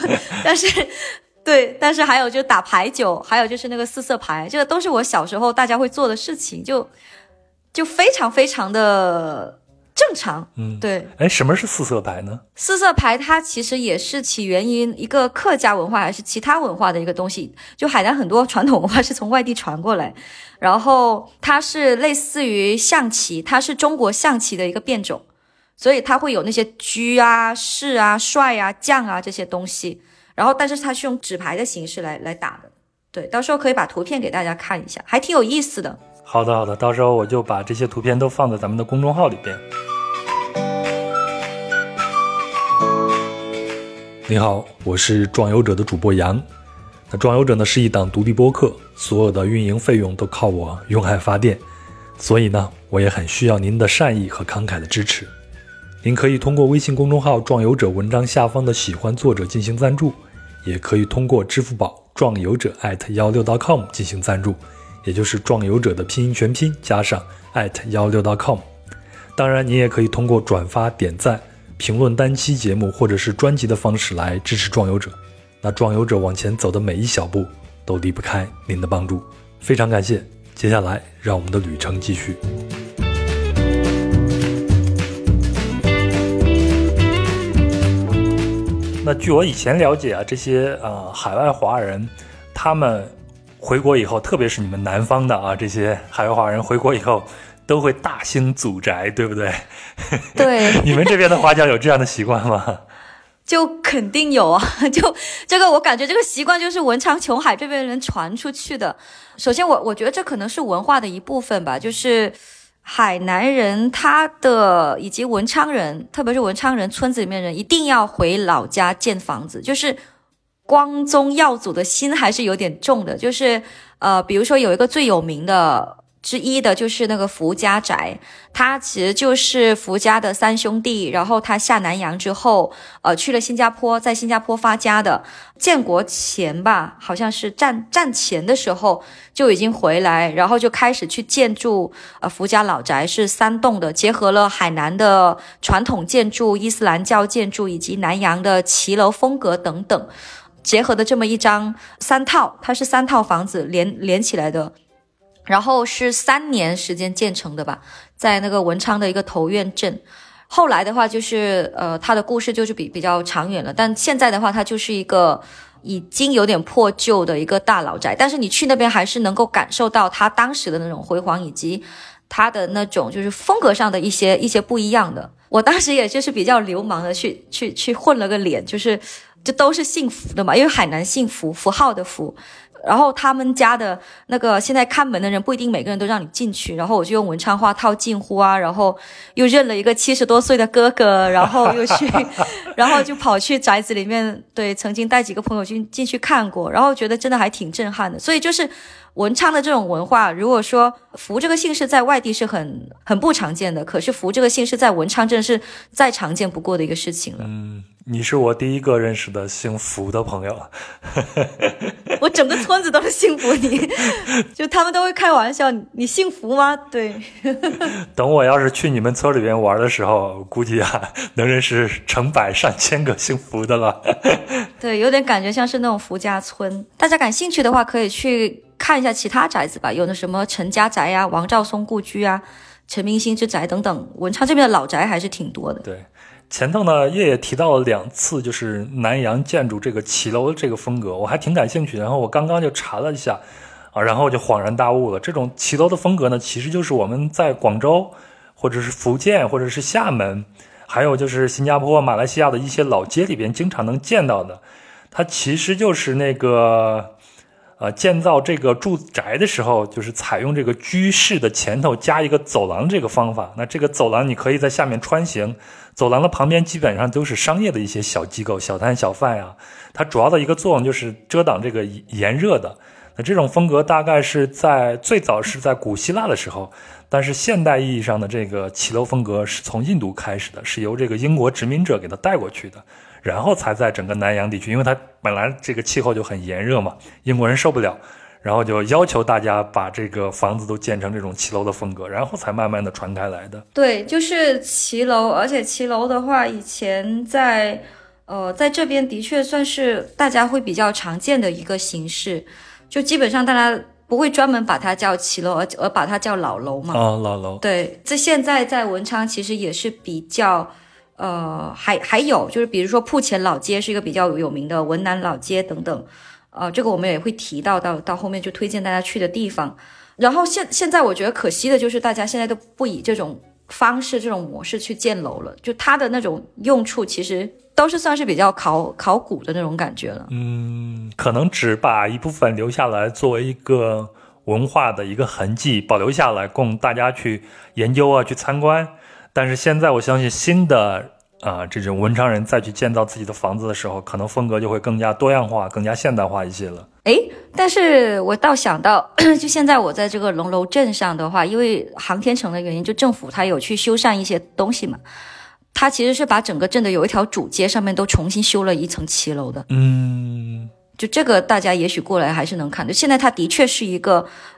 但是还有就是打牌九，还有就是那个四色牌，这个都是我小时候大家会做的事情，就非常非常的正常。对。 什么是四色牌呢？ 四色牌它其实也是起源于一个客家文化还是其他文化的一个东西，就海南很多传统文化是从外地传过来，然后它是类似于象棋，它是中国象棋的一个变种，所以它会有那些车啊、士啊、帅啊、将啊这些东西，然后但是它是用纸牌的形式来打的。对，到时候可以把图片给大家看一下，还挺有意思的。 好的好的，到时候我就把这些图片都放在咱们的公众号里边。你好，我是壮游者的主播杨。那壮游者呢是一档独立播客，所有的运营费用都靠我用爱发电，所以呢我也很需要您的善意和慷慨的支持。您可以通过微信公众号壮游者文章下方的喜欢作者进行赞助，也可以通过支付宝壮游者@16.com 进行赞助， 也就是壮游者的拼音全拼加上 @16.com。当然，你也可以通过转发、点赞、评论单期节目或者是专辑的方式来支持壮游者。那壮游者往前走的每一小步都离不开您的帮助，非常感谢。接下来让我们的旅程继续。那据我以前了解啊，这些海外华人，他们回国以后，特别是你们南方的啊，这些海外华人回国以后都会大兴祖宅，对不对？ 对。 你们这边的华侨有这样的习惯吗？ 就肯定有啊，就这个我感觉这个习惯就是文昌琼海这边人传出去的。首先我觉得这可能是文化的一部分吧，就是海南人他的以及文昌人，特别是文昌人村子里面人一定要回老家建房子，就是光宗耀祖的心还是有点重的。就是比如说有一个最有名的之一的就是那个福家宅，他其实就是福家的三兄弟，然后他下南洋之后去了新加坡，在新加坡发家的，建国前吧，好像是战前的时候就已经回来，然后就开始去建筑福家老宅，是3栋的，结合了海南的传统建筑、伊斯兰教建筑以及南洋的骑楼风格等等，结合的这么一张3套，它是3套房子连起来的，然后是3年时间建成的吧，在那个文昌的一个投院镇。后来的话就是它的故事就是比较长远了，但现在的话它就是一个已经有点破旧的一个大老宅，但是你去那边还是能够感受到它当时的那种辉煌，以及它的那种就是风格上的一些不一样的。我当时也就是比较流氓的去混了个脸，就是这都是姓福的嘛，因为海南姓福，符号的福。然后他们家的那个现在看门的人不一定每个人都让你进去，然后我就用文昌话套近乎啊，然后又认了一个70多岁的哥哥，然后又去然后就跑去宅子里面，对，曾经带几个朋友进去看过，然后觉得真的还挺震撼的。所以就是文昌的这种文化，如果说福这个姓氏在外地是很不常见的，可是福这个姓氏在文昌真的是再常见不过的一个事情了。 你是我第一个认识的姓福的朋友。 我整个村子都是姓福，就他们都会开玩笑，你姓福吗？对。 等我要是去你们村里边玩的时候，估计能认识成百上千个姓福的了。 对，有点感觉像是那种福家村。大家感兴趣的话可以去看一下其他宅子吧，有的什么陈家宅啊、王兆松故居啊、陈明星之宅等等，文昌这边的老宅还是挺多的。 对，前头呢叶也提到了2次，就是南洋建筑这个骑楼这个风格，我还挺感兴趣的。然后我刚刚就查了一下然后就恍然大悟了。这种骑楼的风格呢，其实就是我们在广州或者是福建或者是厦门，还有就是新加坡、马来西亚的一些老街里边经常能见到的。它其实就是那个建造这个住宅的时候，就是采用这个居室的前头加一个走廊这个方法。那这个走廊你可以在下面穿行，走廊的旁边基本上都是商业的一些小机构、小摊小贩呀。它主要的一个作用就是遮挡这个炎热的。那这种风格大概是最早是在古希腊的时候，但是现代意义上的这个骑楼风格是从印度开始的，是由这个英国殖民者给它带过去的，然后才在整个南洋地区，因为它本来这个气候就很炎热嘛，英国人受不了，然后就要求大家把这个房子都建成这种骑楼的风格，然后才慢慢的传开来的。 对，就是骑楼，而且骑楼的话，以前在这边的确算是大家会比较常见的一个形式，就基本上大家不会专门把它叫骑楼，而把它叫老楼嘛。 老楼。对， 这现在在文昌其实也是比较还有就是比如说铺前老街是一个比较有名的文南老街等等，这个我们也会提到后面就推荐大家去的地方。然后现在我觉得可惜的就是大家现在都不以这种方式这种模式去建楼了，就它的那种用处其实都是算是比较考古的那种感觉了。 可能只把一部分留下来作为一个文化的一个痕迹保留下来供大家去研究啊去参观。但是现在我相信新的这种文昌人再去建造自己的房子的时候，可能风格就会更加多样化更加现代化一些了。 但是我倒想到就现在我在这个龙楼镇上的话，因为航天城的原因，就政府它有去修缮一些东西嘛，它其实是把整个镇的有一条主街上面都重新修了一层骑楼的。就这个大家也许过来还是能看的。现在它的确是一个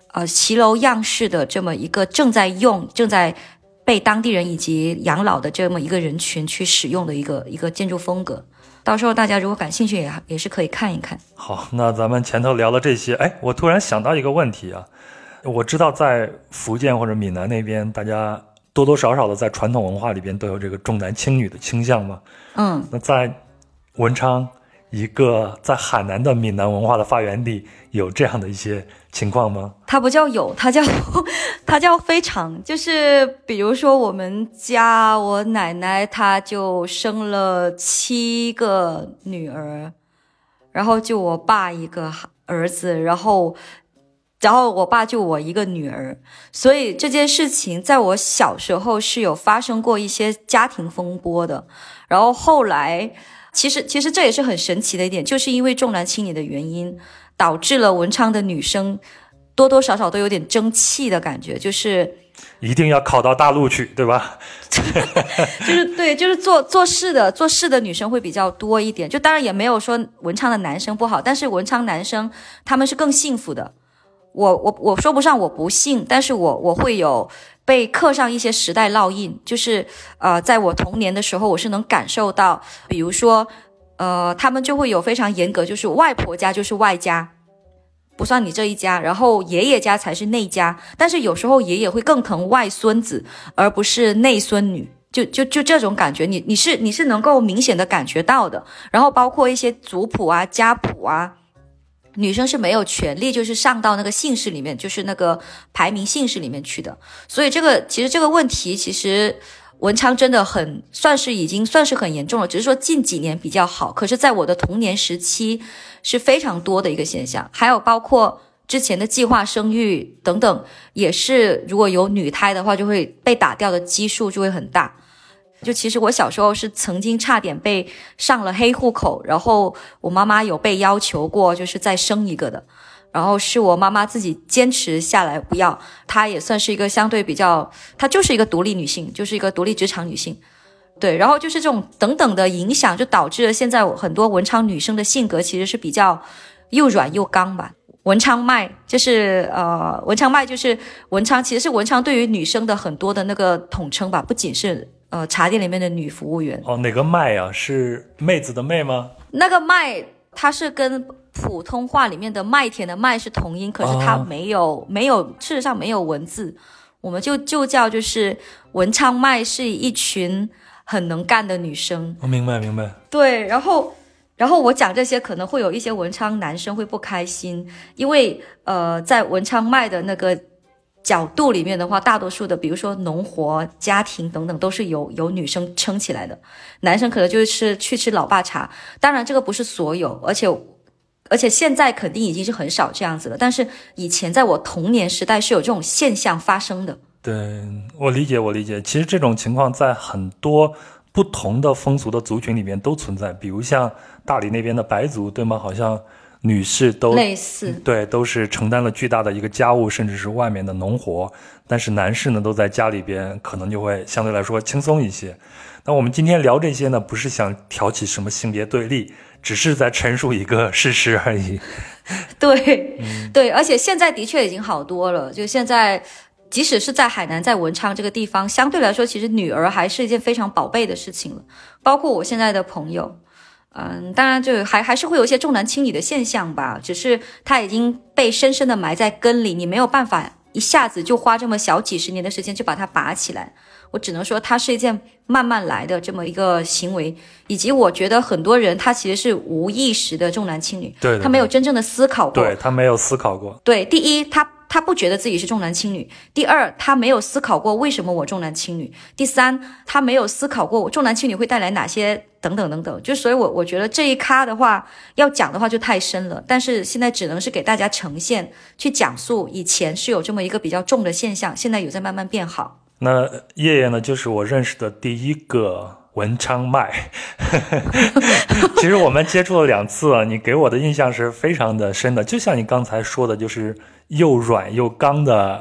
骑楼样式的这么一个正在被当地人以及养老的这么一个人群去使用的一个建筑风格。到时候大家如果感兴趣也是可以看一看。 好，那咱们前头聊了这些，我突然想到一个问题啊，我知道在福建或者闽南那边，大家多多少少的在传统文化里边都有这个重男轻女的倾向嘛。那在文昌，一个在海南的闽南文化的发源地，有这样的一些情况吗？ 它不叫有，它叫非常。就是比如说我们家我奶奶她就生了7个女儿，然后就我爸一个儿子，然后我爸就我一个女儿，所以这件事情在我小时候是有发生过一些家庭风波的。然后后来其实这也是很神奇的一点，就是因为重男轻女的原因，导致了文昌的女生多多少少都有点争气的感觉，就是一定要考到大陆去，对吧？ 就是对，就是做事的女生会比较多一点。就当然也没有说文昌的男生不好，但是文昌男生他们是更幸福的。我说不上我不幸，但是我会有被刻上一些时代烙印，就是在我童年的时候，我是能感受到，比如说他们就会有非常严格，就是外婆家就是外家，不算你这一家，然后爷爷家才是内家，但是有时候爷爷会更疼外孙子，而不是内孙女。就这种感觉，你是能够明显的感觉到的。然后包括一些族谱啊、家谱啊，女生是没有权利就是上到那个姓氏里面，就是那个排名姓氏里面去的。所以其实这个问题，其实文昌真的已经算是很严重了，只是说近几年比较好。可是在我的童年时期是非常多的一个现象。还有包括之前的计划生育等等，也是如果有女胎的话，就会被打掉的基数就会很大。就其实我小时候是曾经差点被上了黑户口，然后我妈妈有被要求过就是再生一个的，然后是我妈妈自己坚持下来不要。她也算是一个相对比较，她就是一个独立女性，就是一个独立职场女性。对，然后就是这种等等的影响，就导致了现在很多文昌女生的性格其实是比较又软又刚吧。文昌麦就是文昌麦就是文昌，其实是文昌对于女生的很多的那个统称吧，不仅是茶店里面的女服务员。 哪个麦啊？是妹子的妹吗？ 那个麦它是跟普通话里面的麦田的麦是同音，可是它没有事实上没有文字，我们就叫就是文昌麦是一群很能干的女生。 明白。 对，然后我讲这些可能会有一些文昌男生会不开心，因为在文昌麦的那个角度里面的话，大多数的比如说农活家庭等等都是由女生撑起来的，男生可能就是去吃老爸茶。当然这个不是所有，而且现在肯定已经是很少这样子了，但是以前在我童年时代是有这种现象发生的。 对，我理解。其实这种情况在很多不同的风俗的族群里面都存在，比如像大理那边的白族，对吗？好像女士都类似， 对，都是承担了巨大的一个家务，甚至是外面的农活，但是男士呢都在家里边，可能就会相对来说轻松一些。那我们今天聊这些呢，不是想挑起什么性别对立，只是在陈述一个事实而已。 对，而且现在的确已经好多了，就现在即使是在海南，在文昌这个地方，相对来说其实女儿还是一件非常宝贝的事情了。包括我现在的朋友当然就还是会有一些重男轻女的现象吧，只是它已经被深深的埋在根里，你没有办法一下子就花这么小几十年的时间就把它拔起来。我只能说它是一件慢慢来的这么一个行为，以及我觉得很多人他其实是无意识的重男轻女， 对， 他没有真正的思考过。 对，他没有思考过。 对，第一他不觉得自己是重男轻女，第二他没有思考过为什么我重男轻女，第三他没有思考过重男轻女会带来哪些等等等等。就所以我觉得这一咖的话要讲的话就太深了，但是现在只能是给大家呈现去讲述以前是有这么一个比较重的现象，现在有在慢慢变好。 那叶叶呢，就是我认识的第一个文昌麦其实我们接触了2次你给我的印象是非常的深的，就像你刚才说的，就是又软又刚的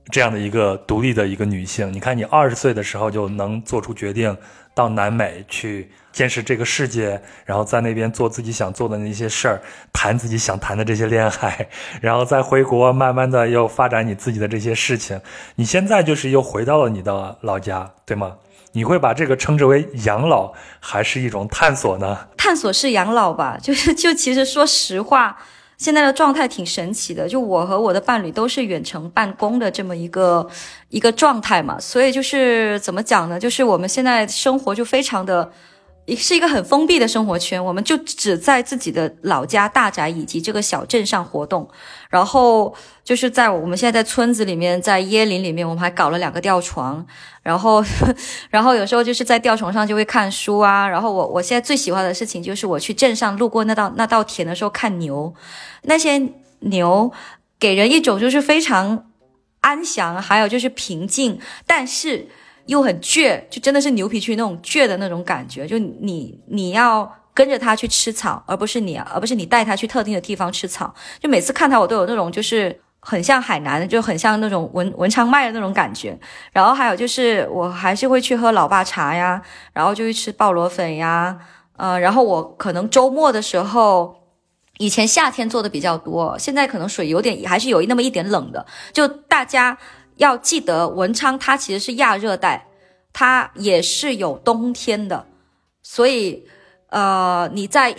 这样的一个独立的一个女性。你看你20岁的时候就能做出决定到南美去见识这个世界，然后在那边做自己想做的那些事儿，谈自己想谈的这些恋爱，然后再回国慢慢的又发展你自己的这些事情。你现在就是又回到了你的老家，对吗？你会把这个称之为养老还是一种探索呢？ 探索是养老吧，就其实说实话，现在的状态挺神奇的，就我和我的伴侣都是远程办公的这么一个状态嘛，所以就是怎么讲呢，就是我们现在生活就非常的是一个很封闭的生活圈，我们就只在自己的老家大宅以及这个小镇上活动，然后就是在我们现在在村子里面，在椰林里面，我们还搞了2个吊床，然后有时候就是在吊床上就会看书啊，然后我现在最喜欢的事情就是我去镇上路过那道田的时候看牛，那些牛给人一种就是非常安详，还有就是平静，但是又很倔，就真的是牛皮区那种倔的那种感觉，就你要跟着他去吃草，而不是你带他去特定的地方吃草。就每次看他我都有那种就是很像海南，就很像那种文昌麦的那种感觉。然后还有就是我还是会去喝老爸茶呀，然后就去吃鲍螺粉呀，然后我可能周末的时候，以前夏天做的比较多，现在可能水还是有那么一点冷的，就大家要记得文昌它其实是亚热带，它也是有冬天的，所以你在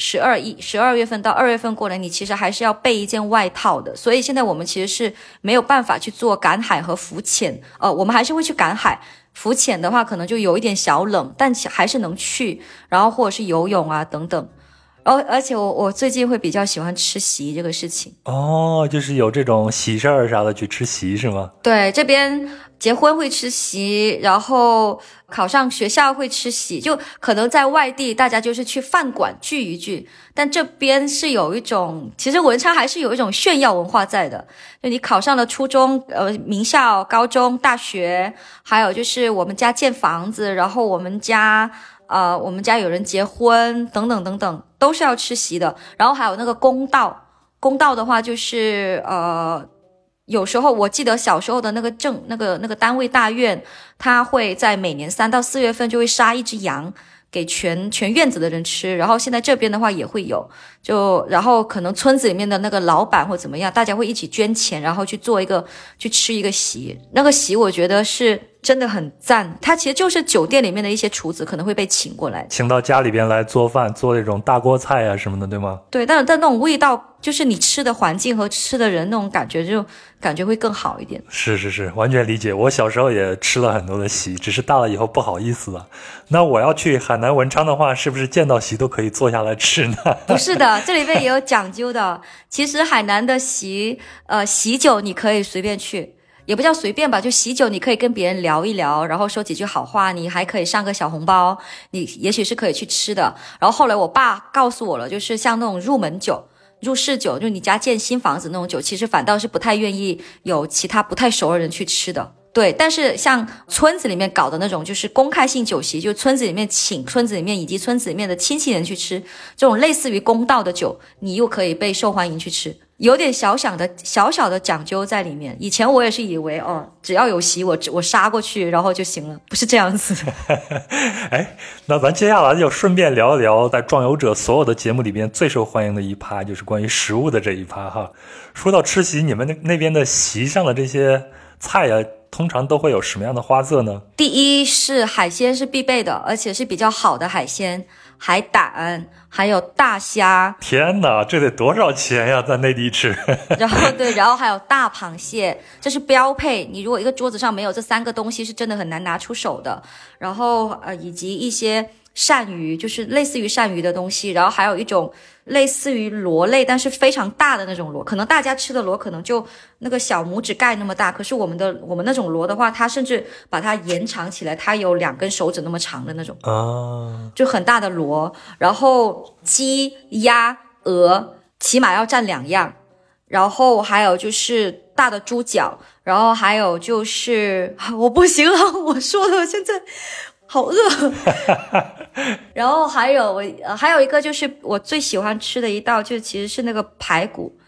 12月份到2月份过来，你其实还是要备一件外套的。所以现在我们其实是没有办法去做赶海和浮潜，我们还是会去赶海，浮潜的话可能就有一点小冷，但还是能去，然后或者是游泳啊等等。而且我最近会比较喜欢吃席这个事情。 哦，就是有这种喜事儿啥的去吃席是吗？ 对，这边结婚会吃席，然后考上学校会吃席，就可能在外地大家就是去饭馆聚一聚，但这边是有一种，其实文昌还是有一种炫耀文化在的，就你考上了初中、名校、高中、大学，还有就是我们家建房子，然后我们家有人结婚等等等等，都是要吃席的。然后还有那个公道的话就是有时候我记得小时候的那个单位大院，他会在每年3到4月份就会杀一只羊给全院子的人吃，然后现在这边的话也会有，然后可能村子里面的那个老板或怎么样，大家会一起捐钱，然后去吃一个席，那个席我觉得是真的很赞，它其实就是酒店里面的一些厨子可能会被请过来， 请到家里边来做饭，做那种大锅菜啊什么的，对吗？ 对，但那种味道，就是你吃的环境和吃的人那种感觉，就感觉会更好一点。 是，完全理解。我小时候也吃了很多的席，只是大了以后不好意思了。那我要去海南文昌的话，是不是见到席都可以坐下来吃呢？ 不是的，这里面也有讲究的。其实海南的喜酒你可以随便去，也不叫随便吧，就喜酒你可以跟别人聊一聊，然后说几句好话，你还可以上个小红包，你也许是可以去吃的。然后后来我爸告诉我了，就是像那种入门酒、入室酒，就你家建新房子那种酒，其实反倒是不太愿意有其他不太熟的人去吃的。对，但是像村子里面搞的那种就是公开性酒席，就村子里面请村子里面以及村子里面的亲戚人去吃，这种类似于公道的酒，你又可以被受欢迎去吃，有点小小的讲究在里面。以前我也是以为只要有席我杀过去然后就行了，不是这样子的。 哎，那咱接下来就顺便聊一聊在壮游者所有的节目里边最受欢迎的一趴，就是关于食物的这一趴哈。说到吃席，你们那边的席上的这些菜呀，通常都会有什么样的花色呢？ 第一是海鲜是必备的，而且是比较好的海鲜，海胆还有大虾。 天哪，这得多少钱呀，在内地吃。 然后还有大螃蟹，这是标配，你如果一个桌子上没有这3个东西是真的很难拿出手的。然后以及一些鳝鱼，就是类似于鳝鱼的东西，然后还有一种类似于螺类但是非常大的那种螺，可能大家吃的螺可能就那个小拇指盖那么大，可是我们那种螺的话，它甚至把它延长起来，它有2根手指那么长的那种就很大的螺。然后鸡、鸭、鹅起码要占2样，然后还有就是大的猪脚，然后还有就是我不行了，我说了现在好饿。然后还有一个就是我最喜欢吃的一道，就其实是那个排骨，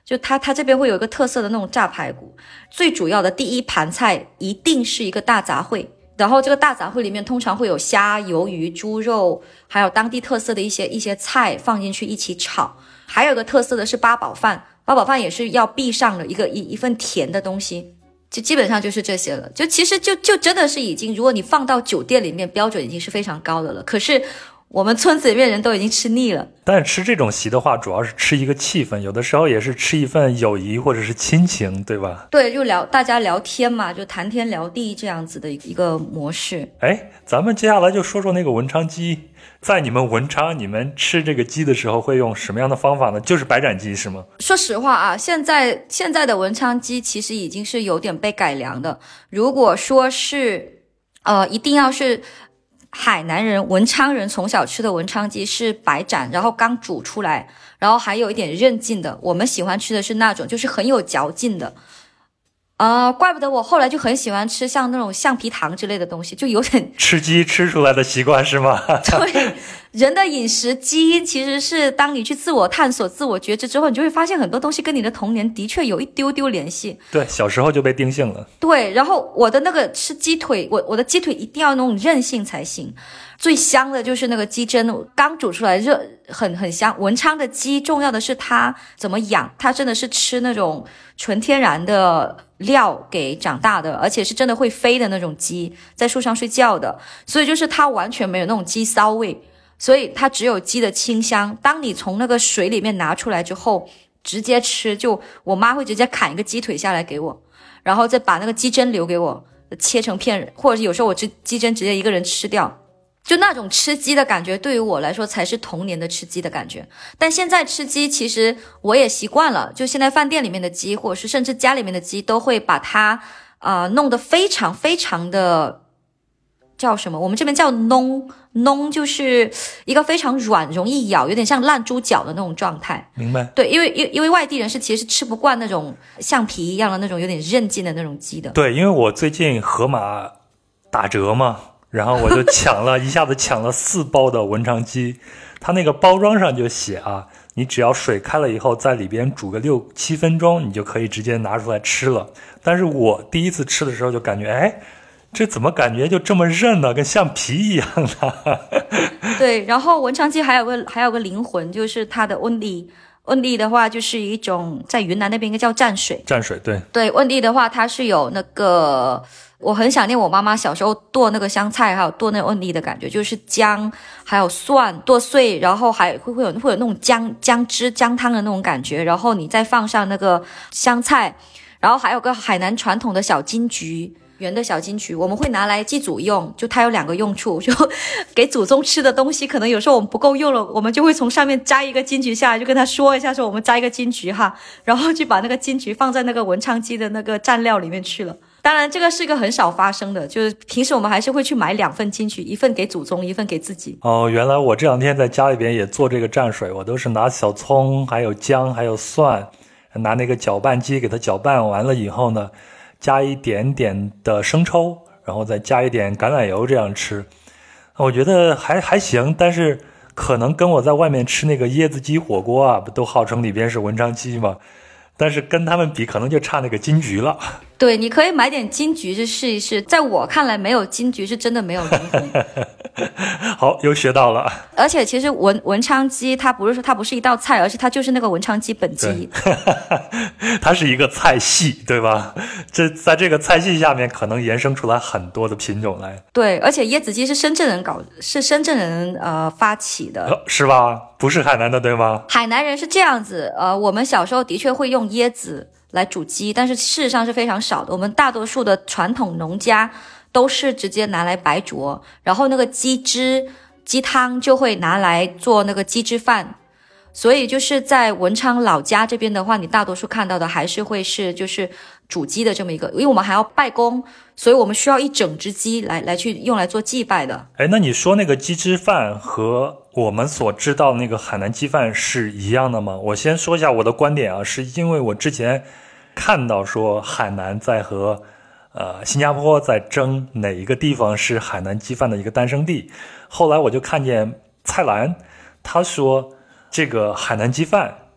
就它这边会有一个特色的那种炸排骨，最主要的第一盘菜一定是一个大杂烩，然后这个大杂烩里面通常会有虾、鱿鱼、猪肉，还有当地特色的一些菜放进去一起炒。还有个特色的是八宝饭，八宝饭也是要必上的一份甜的东西，就基本上就是这些了。就其实就真的是已经，如果你放到酒店里面，标准已经是非常高的了。可是我们村子里面人都已经吃腻了。 但是吃这种席的话，主要是吃一个气氛，有的时候也是吃一份友谊或者是亲情，对吧？ 对，就大家聊天嘛，就谈天聊地这样子的一个模式。 哎，咱们接下来就说说那个文昌鸡。在你们文昌，你们吃这个鸡的时候会用什么样的方法呢？就是白斩鸡是吗？ 说实话啊，现在的文昌鸡其实已经是有点被改良的。如果说是一定要是海南人、文昌人从小吃的文昌鸡是白斩，然后刚煮出来，然后还有一点韧劲的。我们喜欢吃的是那种就是很有嚼劲的。怪不得我后来就很喜欢吃像那种橡皮糖之类的东西，就有点吃鸡吃出来的习惯是吗？ 对，人的饮食基因其实是当你去自我探索、自我觉知之后，你就会发现很多东西跟你的童年的确有一丢丢联系。 对，小时候就被定性了。 对，然后我的那个吃鸡腿，我的鸡腿一定要那种韧性才行。最香的就是那个鸡胗，刚煮出来热，很香。文昌的鸡重要的是它怎么养，它真的是吃那种纯天然的料给长大的，而且是真的会飞的那种鸡，在树上睡觉的，所以就是它完全没有那种鸡骚味，所以它只有鸡的清香。当你从那个水里面拿出来之后，直接吃，就我妈会直接砍一个鸡腿下来给我，然后再把那个鸡胗留给我，切成片，或者是有时候我鸡胗直接一个人吃掉。就那种吃鸡的感觉对于我来说才是童年的吃鸡的感觉。但现在吃鸡其实我也习惯了，就现在饭店里面的鸡或者是甚至家里面的鸡都会把它弄得非常非常的叫什么，我们这边叫脓，就是一个非常软容易咬，有点像烂猪脚的那种状态。 明白。 对，因为外地人其实是吃不惯那种橡皮一样的那种有点韧劲的那种鸡的。 对，因为我最近盒马打折嘛，然后我就一下子抢了4包的文昌鸡。它那个包装上就写啊，你只要水开了以后在里边煮个6、7分钟，你就可以直接拿出来吃了。但是我第一次吃的时候就感觉，哎，这怎么感觉就这么韧呢？跟橡皮一样的。 对，然后文昌鸡还有个灵魂，就是它的温力的话，就是一种在云南那边应该叫蘸水。 蘸水，对对，温力的话，它是有那个，我很想念我妈妈小时候剁那个香菜，还有剁那个温力的感觉，就是姜还有蒜剁碎，然后还会有那种姜汁姜汤的那种感觉，然后你再放上那个香菜，然后还有个海南传统的小金桔。圆的小金桔，我们会拿来祭祖用，就它有2个用处，就给祖宗吃的东西，可能有时候我们不够用了，我们就会从上面摘一个金桔下来，就跟他说一下，说我们摘一个金桔哈，然后就把那个金桔放在那个文昌鸡的那个蘸料里面去了。当然这个是一个很少发生的，就是平时我们还是会去买2份金桔，一份给祖宗，一份给自己。 哦，原来我这2天在家里边也做这个蘸水，我都是拿小葱还有姜还有蒜，拿那个搅拌机给它搅拌完了以后呢，加一点点的生抽，然后再加一点橄榄油，这样吃。我觉得还行，但是可能跟我在外面吃那个椰子鸡火锅啊，不都号称里边是文昌鸡吗？但是跟他们比，可能就差那个金桔了。 对，你可以买点金桔去试一试，在我看来没有金桔是真的没有灵魂。 好，又学到了。 而且其实文昌鸡它不是一道菜，而是它就是那个文昌鸡本鸡。 它是一个菜系，对吧？在这个菜系下面可能延伸出来很多的品种来。 对，而且椰子鸡是深圳人发起的。 是吧？不是海南的，对吗？ 海南人是这样子，我们小时候的确会用椰子来煮鸡，但是事实上是非常少的。我们大多数的传统农家都是直接拿来白灼，然后那个鸡汁鸡汤就会拿来做那个鸡汁饭。所以就是在文昌老家这边的话，你大多数看到的还是会是就是煮鸡的这么一个，因为我们还要拜公，所以我们需要一整只鸡来去用来做祭拜的。 哎，那你说那个鸡汁饭和我们所知道那个海南鸡饭是一样的吗？我先说一下我的观点啊，是因为我之前看到说海南在和新加坡在争哪一个地方是海南鸡饭的一个诞生地，后来我就看见蔡澜他说这个海南鸡饭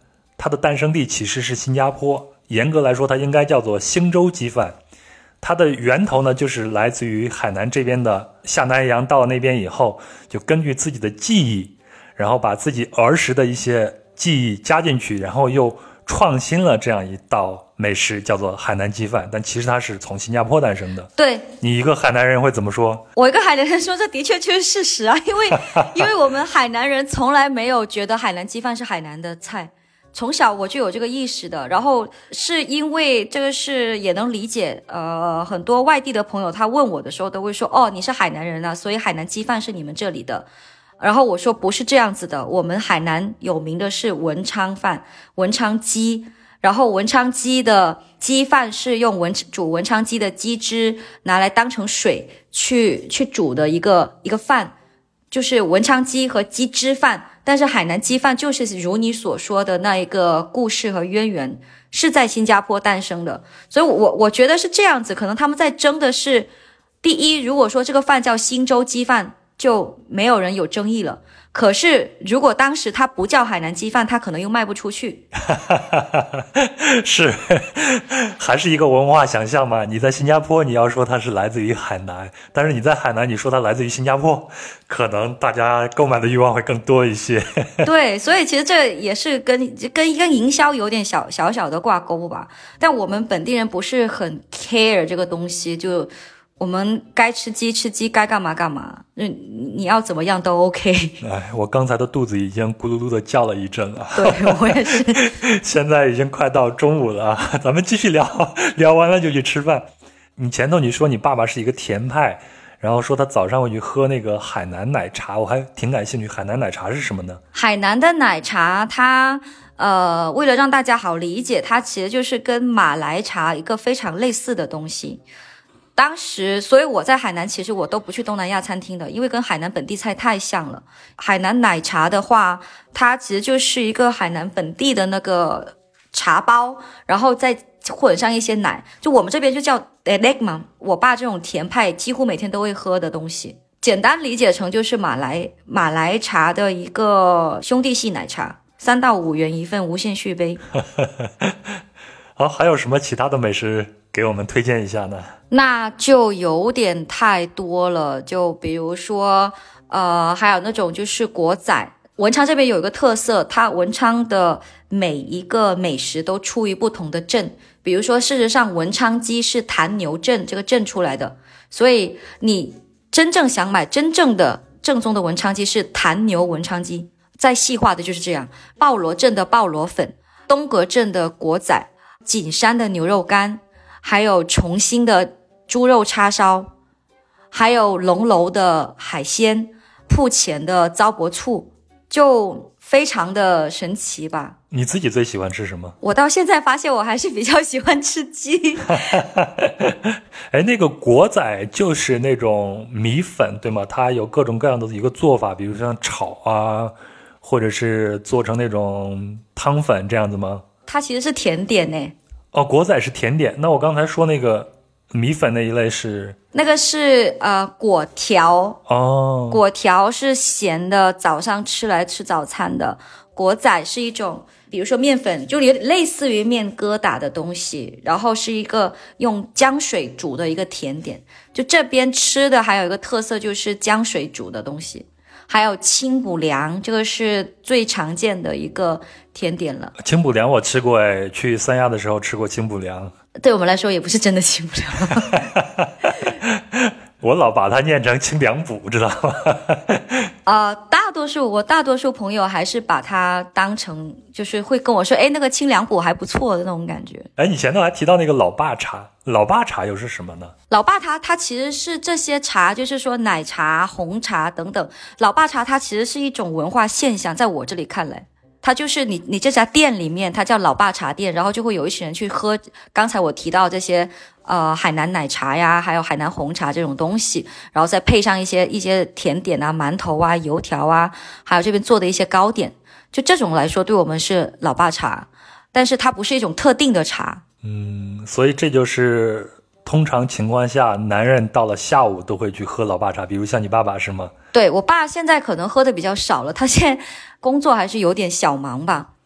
它的诞生地其实是新加坡，严格来说它应该叫做星洲鸡饭。它的源头呢，就是来自于海南这边的下南洋，到了那边以后，就根据自己的记忆，然后把自己儿时的一些记忆加进去，然后又创新了这样一道美食，叫做海南鸡饭。但其实它是从新加坡诞生的。 对， 你一个海南人会怎么说？ 我一个海南人说，这的确就是事实啊，因为我们海南人从来没有觉得海南鸡饭是海南的菜。从小我就有这个意识的，然后是因为这个是也能理解，很多外地的朋友他问我的时候都会说，哦，你是海南人啊，所以海南鸡饭是你们这里的。然后我说不是这样子的，我们海南有名的是文昌饭、文昌鸡，然后文昌鸡的鸡饭是用煮文昌鸡的鸡汁拿来当成水去煮的一个饭，就是文昌鸡和鸡汁饭。但是海南鸡饭就是如你所说的那一个故事和渊源是在新加坡诞生的，所以我觉得是这样子，可能他们在争的是，第一，如果说这个饭叫星洲鸡饭，就没有人有争议了。可是如果当时它不叫海南鸡饭，它可能又卖不出去。 是，还是一个文化想象嘛。你在新加坡，你要说它是来自于海南，但是你在海南，你说它来自于新加坡，可能大家购买的欲望会更多一些。 对，所以其实这也是跟营销有点小的挂钩吧。但我们本地人不是很 care 这个东西，就我们该吃鸡，该干嘛干嘛，你要怎么样都 OK。 哎，我刚才的肚子已经咕噜噜的叫了一阵了。 对，我也是。 现在已经快到中午了，咱们继续聊，聊完了就去吃饭。你前头你说你爸爸是一个甜派，然后说他早上会去喝那个海南奶茶，我还挺感兴趣。海南奶茶是什么呢？ 海南的奶茶它为了让大家好理解，它其实就是跟马来茶一个非常类似的东西。当时，所以我在海南其实我都不去东南亚餐厅的，因为跟海南本地菜太像了。海南奶茶的话，它其实就是一个海南本地的那个茶包，然后再混上一些奶，就我们这边就叫 Delek 嘛。我爸这种甜派几乎每天都会喝的东西，简单理解成就是马来茶的一个兄弟系奶茶，3到5元一份，无限续杯。 好，还有什么其他的美食给我们推荐一下呢？ 那就有点太多了，就比如说还有那种就是国仔。文昌这边有一个特色，它文昌的每一个美食都出于不同的镇，比如说事实上文昌鸡是坛牛镇这个镇出来的，所以你真正想买真正的正宗的文昌鸡是坛牛文昌鸡，再细化的就是这样。鲍罗镇的鲍罗粉，东阁镇的国仔，景山的牛肉干，还有重新的猪肉叉烧，还有龙楼的海鲜，铺前的糟粕醋，就非常的神奇吧。 你自己最喜欢吃什么？ 我到现在发现我还是比较喜欢吃鸡。 哎，那个国仔就是那种米粉对吗？它有各种各样的一个做法，比如像炒啊，或者是做成那种汤粉这样子吗？ 它其实是甜点呢。 哦，国仔是甜点，那我刚才说那个米粉那一类是？ 那个是果条哦， 果条是咸的，早上吃来吃早餐的。果仔是一种比如说面粉，就有点类似于面疙瘩的东西，然后是一个用姜水煮的一个甜点。就这边吃的还有一个特色就是姜水煮的东西，还有清补凉，这个是最常见的一个甜点了。 清补凉我吃过哎，去三亚的时候吃过清补凉。 对我们来说也不是真的清补凉。 我老把它念成清凉补，知道吗？ 大多数朋友还是把它当成就是会跟我说，哎，那个清凉补还不错的那种感觉。 哎，你前头还提到那个老爸茶，老爸茶又是什么呢？ 老爸茶它其实是这些茶，就是说奶茶、红茶等等。老爸茶它其实是一种文化现象，在我这里看来。它就是你这家店里面，它叫老爸茶店，然后就会有一群人去喝刚才我提到这些海南奶茶呀，还有海南红茶这种东西，然后再配上一些甜点啊、馒头啊、油条啊，还有这边做的一些糕点，就这种来说对我们是老爸茶，但是它不是一种特定的茶。 所以这就是通常情况下男人到了下午都会去喝老爸茶，比如像你爸爸是吗？ 对，我爸现在可能喝的比较少了，他现在工作还是有点小忙吧。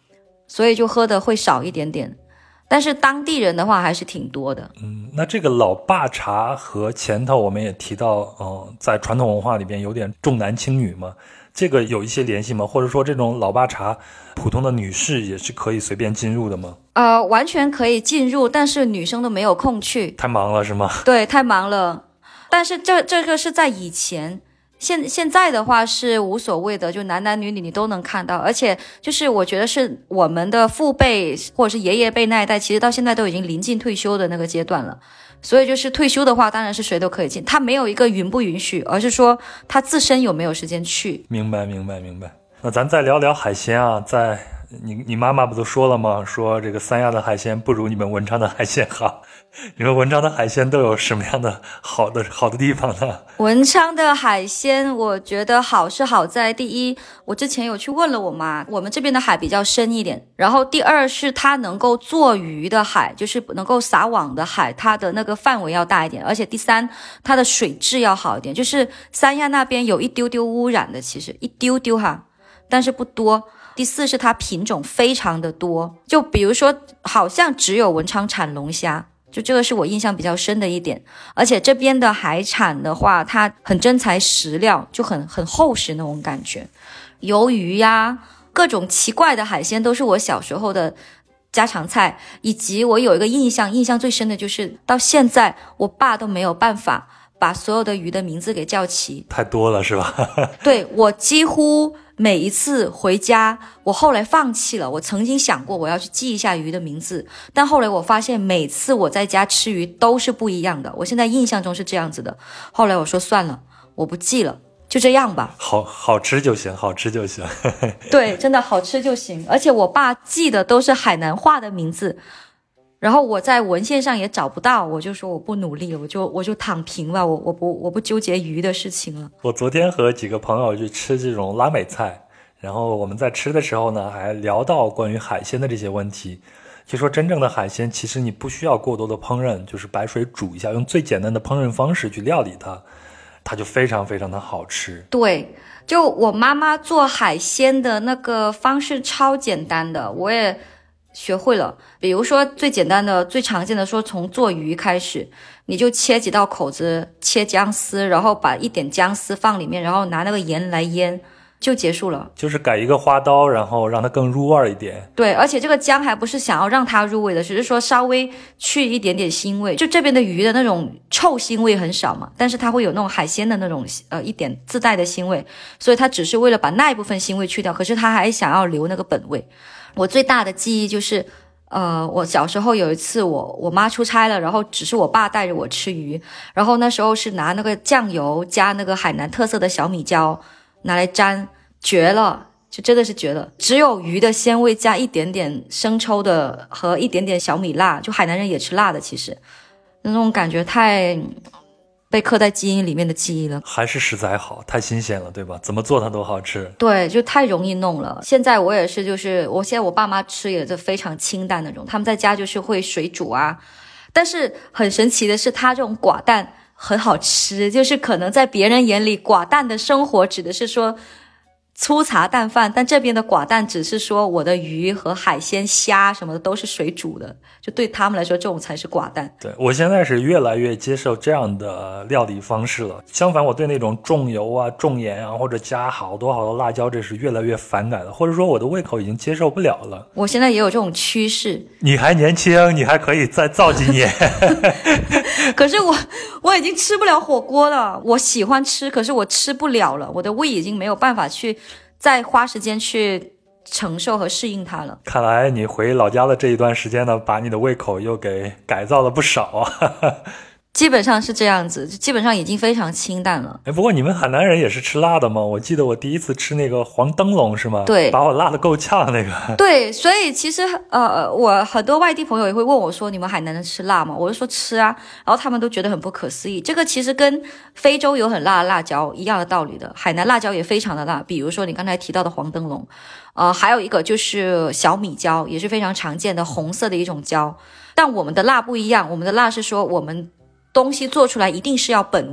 所以就喝的会少一点点。但是当地人的话还是挺多的。 那这个老爸茶和前头我们也提到，在传统文化里边有点重男轻女嘛，这个有一些联系吗？或者说这种老爸茶，普通的女士也是可以随便进入的吗？ 完全可以进入，但是女生都没有空去。 太忙了是吗？ 对，太忙了。但是这个是在以前。现在的话是无所谓的，就男男女女你都能看到，而且就是我觉得是我们的父辈或者是爷爷辈那一代，其实到现在都已经临近退休的那个阶段了，所以就是退休的话当然是谁都可以进，他没有一个允不允许，而是说他自身有没有时间去。 明白。那咱再聊聊海鲜啊，你妈妈不都说了吗？说这个三亚的海鲜不如你们文昌的海鲜好。你们文昌的海鲜都有什么样的好的地方呢？ 文昌的海鲜我觉得好是好在，第一，我之前有去问了我妈，我们这边的海比较深一点，然后第二是它能够做鱼的海，就是能够撒网的海，它的那个范围要大一点，而且第三，它的水质要好一点，就是三亚那边有一丢丢污染的，其实一丢丢哈，但是不多。第四是它品种非常的多，就比如说好像只有文昌产龙虾，就这个是我印象比较深的一点。而且这边的海产的话，它很真材实料，就很厚实那种感觉。鱿鱼呀，各种奇怪的海鲜都是我小时候的家常菜。以及我有一个印象最深的就是到现在我爸都没有办法把所有的鱼的名字给叫齐， 太多了是吧？ 对，我几乎每一次回家，我后来放弃了。我曾经想过我要去记一下鱼的名字，但后来我发现每次我在家吃鱼都是不一样的。我现在印象中是这样子的，后来我说算了，我不记了，就这样吧。 好吃就行。 对，真的好吃就行。而且我爸记的都是海南话的名字，然后我在文献上也找不到，我就说我不努力了，我就躺平了，我不纠结鱼的事情了。 我昨天和几个朋友去吃这种拉美菜，然后我们在吃的时候呢，还聊到关于海鲜的这些问题。就说真正的海鲜，其实你不需要过多的烹饪，就是白水煮一下，用最简单的烹饪方式去料理它，它就非常非常的好吃。 对，就我妈妈做海鲜的那个方式超简单的，我也学会了。比如说最简单的最常见的，说从做鱼开始，你就切几道口子，切姜丝，然后把一点姜丝放里面，然后拿那个盐来腌，就结束了。 就是改一个花刀，然后让它更入味一点。 对，而且这个姜还不是想要让它入味的，只是说稍微去一点点腥味。就这边的鱼的那种臭腥味很少嘛，但是它会有那种海鲜的那种一点自带的腥味，所以它只是为了把那一部分腥味去掉，可是它还想要留那个本味。我最大的记忆就是我小时候有一次我妈出差了，然后只是我爸带着我吃鱼，然后那时候是拿那个酱油加那个海南特色的小米椒拿来沾，绝了，就真的是绝了。只有鱼的鲜味加一点点生抽的和一点点小米辣，就海南人也吃辣的，其实那种感觉太被刻在基因里面的记忆了。 还是食材好，太新鲜了，对吧？怎么做它都好吃。 对，就太容易弄了。现在我也是，就是我现在我爸妈吃也是非常清淡那种，他们在家就是会水煮啊。但是很神奇的是，他这种寡淡很好吃，就是可能在别人眼里寡淡的生活指的是说粗茶淡饭，但这边的寡淡只是说我的鱼和海鲜虾什么的都是水煮的，就对他们来说这种才是寡淡。 对，我现在是越来越接受这样的料理方式了，相反我对那种重油啊重盐啊或者加好多辣椒，这是越来越反感了，或者说我的胃口已经接受不了了。 我现在也有这种趋势。 你还年轻，你还可以再造几年。 可是我已经吃不了火锅了，我喜欢吃，可是我吃不了了，我的胃已经没有办法去再花时间去承受和适应它了。 看来你回老家的这一段时间呢，把你的胃口又给改造了不少啊。 基本上是这样子，基本上已经非常清淡了。 不过你们海南人也是吃辣的吗？我记得我第一次吃那个黄灯笼是吗？ 对， 把我辣得够呛那个。 对，所以其实我很多外地朋友也会问我说，你们海南人吃辣吗？我就说吃啊，然后他们都觉得很不可思议。这个其实跟非洲有很辣的辣椒一样的道理的，海南辣椒也非常的辣，比如说你刚才提到的黄灯笼，还有一个就是小米椒，也是非常常见的红色的一种椒。但我们的辣不一样，我们的辣是说我们东西做出来一定是要本味，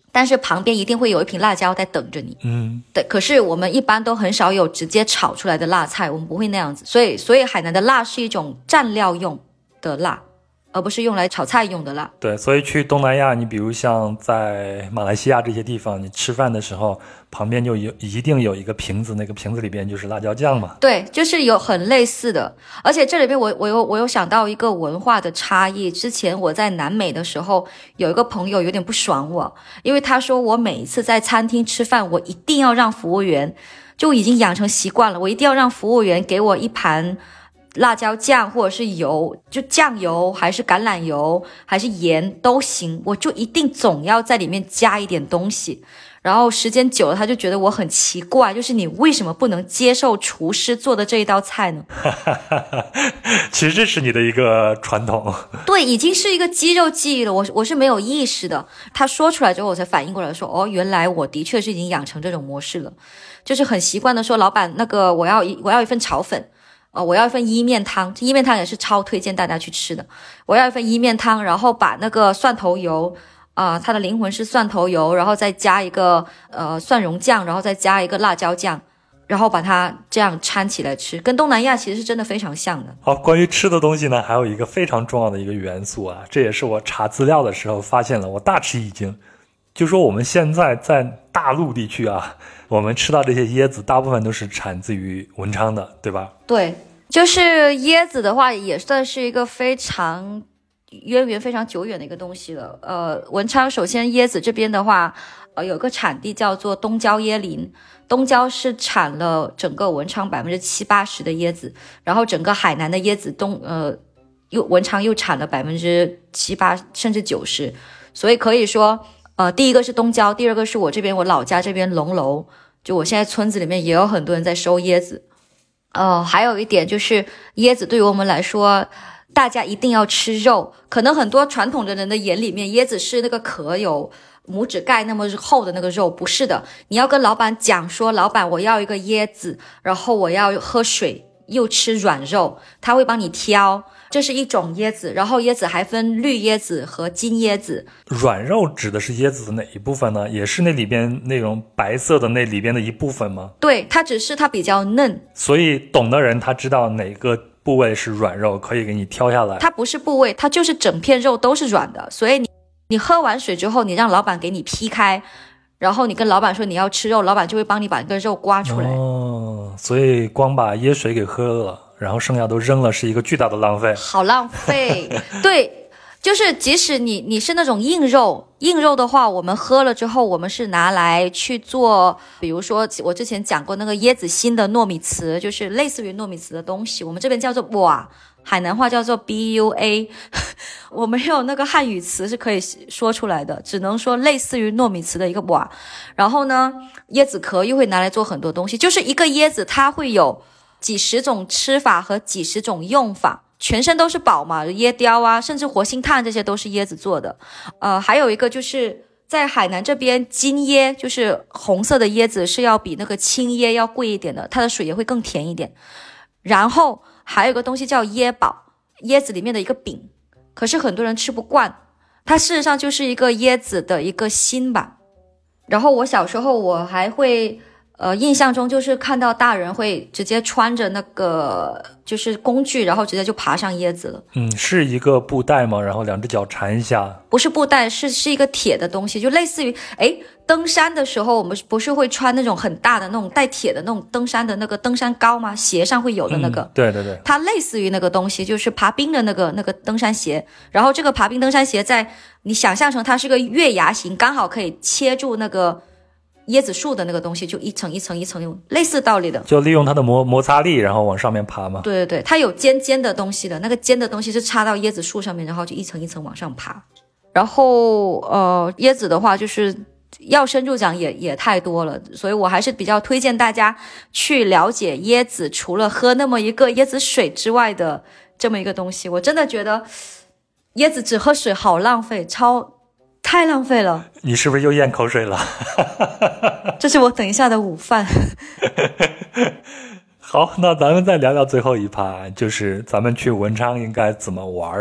但是旁边一定会有一瓶辣椒在等着你。对。可是我们一般都很少有直接炒出来的辣菜，我们不会那样子。所以海南的辣是一种蘸料用的辣，而不是用来炒菜用的辣。 对，所以去东南亚，你比如像在马来西亚这些地方，你吃饭的时候旁边就一定有一个瓶子，那个瓶子里边就是辣椒酱嘛。 对，就是有很类似的。而且这里边我有想到一个文化的差异。之前我在南美的时候，有一个朋友有点不爽我，因为他说我每一次在餐厅吃饭，我一定要让服务员，就已经养成习惯了，我一定要让服务员给我一盘辣椒酱或者是油，就酱油还是橄榄油还是盐都行，我就一定总要在里面加一点东西。然后时间久了他就觉得我很奇怪，就是你为什么不能接受厨师做的这一道菜呢？ 其实这是你的一个传统。 对，已经是一个肌肉记忆了，我是没有意识的。他说出来之后我才反应过来说，哦，原来我的确是已经养成这种模式了，就是很习惯的说，老板那个我要一份炒粉，我要一份伊面汤，伊面汤也是超推荐大家去吃的。我要一份伊面汤，然后把那个蒜头油它的灵魂是蒜头油，然后再加一个蒜蓉酱，然后再加一个辣椒酱，然后把它这样掺起来吃，跟东南亚其实是真的非常像的。 好，关于吃的东西呢，还有一个非常重要的一个元素啊，这也是我查资料的时候发现了，我大吃一惊。就说我们现在在大陆地区啊，我们吃到这些椰子大部分都是产自于文昌的，对吧？ 对，就是椰子的话也算是一个非常渊源非常久远的一个东西了。文昌首先椰子这边的话有个产地叫做东郊椰林，东郊是产了整个文昌70-80%的椰子，然后整个海南的椰子文昌又产了70-80%甚至90%，所以可以说第一个是东郊，第二个是我老家这边龙楼，就我现在村子里面也有很多人在收椰子。还有一点就是椰子对于我们来说，大家一定要吃肉，可能很多传统的人的眼里面，椰子是那个壳有拇指盖那么厚的那个肉，不是的。你要跟老板讲说，老板我要一个椰子，然后我要喝水，又吃软肉，他会帮你挑。这是一种椰子，然后椰子还分绿椰子和金椰子。 软肉指的是椰子的哪一部分呢？也是那里边那种白色的那里边的一部分吗？ 对，它只是它比较嫩， 所以懂的人他知道哪个部位是软肉，可以给你挑下来。 它不是部位，它就是整片肉都是软的，所以你喝完水之后，你让老板给你劈开，然后你跟老板说你要吃肉，老板就会帮你把那个肉刮出来。 所以光把椰水给喝了，然后剩下都扔了，是一个巨大的浪费。 好浪费。对，就是即使你是那种硬肉的话，我们喝了之后，我们是拿来去做，比如说我之前讲过那个椰子心的糯米糍，就是类似于糯米糍的东西，我们这边叫做哇，海南话叫做 BUA 我没有那个汉语词是可以说出来的，只能说类似于糯米糍的一个哇。然后呢，椰子壳又会拿来做很多东西，就是一个椰子它会有几十种吃法和几十种用法，全身都是宝嘛，椰雕啊，甚至活性炭这些都是椰子做的。还有一个就是在海南这边，金椰就是红色的椰子是要比那个青椰要贵一点的，它的水也会更甜一点。然后还有一个东西叫椰宝，椰子里面的一个饼，可是很多人吃不惯，它事实上就是一个椰子的一个心吧。然后我小时候我还会印象中就是看到大人会直接穿着那个就是工具，然后直接就爬上椰子了。 是一个布袋吗？然后两只脚缠一下？ 不是布袋，是一个铁的东西，就类似于登山的时候我们不是会穿那种很大的那种带铁的那种登山的那个登山膏吗？鞋上会有的那个。 对对对， 它类似于那个东西，就是爬冰的那个登山鞋。然后这个爬冰登山鞋在你想象成它是个月牙形，刚好可以切住那个椰子树的那个东西，就一层一层一层，类似道理的， 就利用它的摩擦力然后往上面爬嘛。 对对对，它有尖尖的东西的，那个尖的东西是插到椰子树上面，然后就一层一层往上爬。然后椰子的话就是要深入讲也太多了，所以我还是比较推荐大家去了解椰子除了喝那么一个椰子水之外的这么一个东西。我真的觉得椰子只喝水好浪费，太浪费了。 你是不是又咽口水了？ 这是我等一下的午饭。 好，那咱们再聊聊最后一趴，就是咱们去文昌应该怎么玩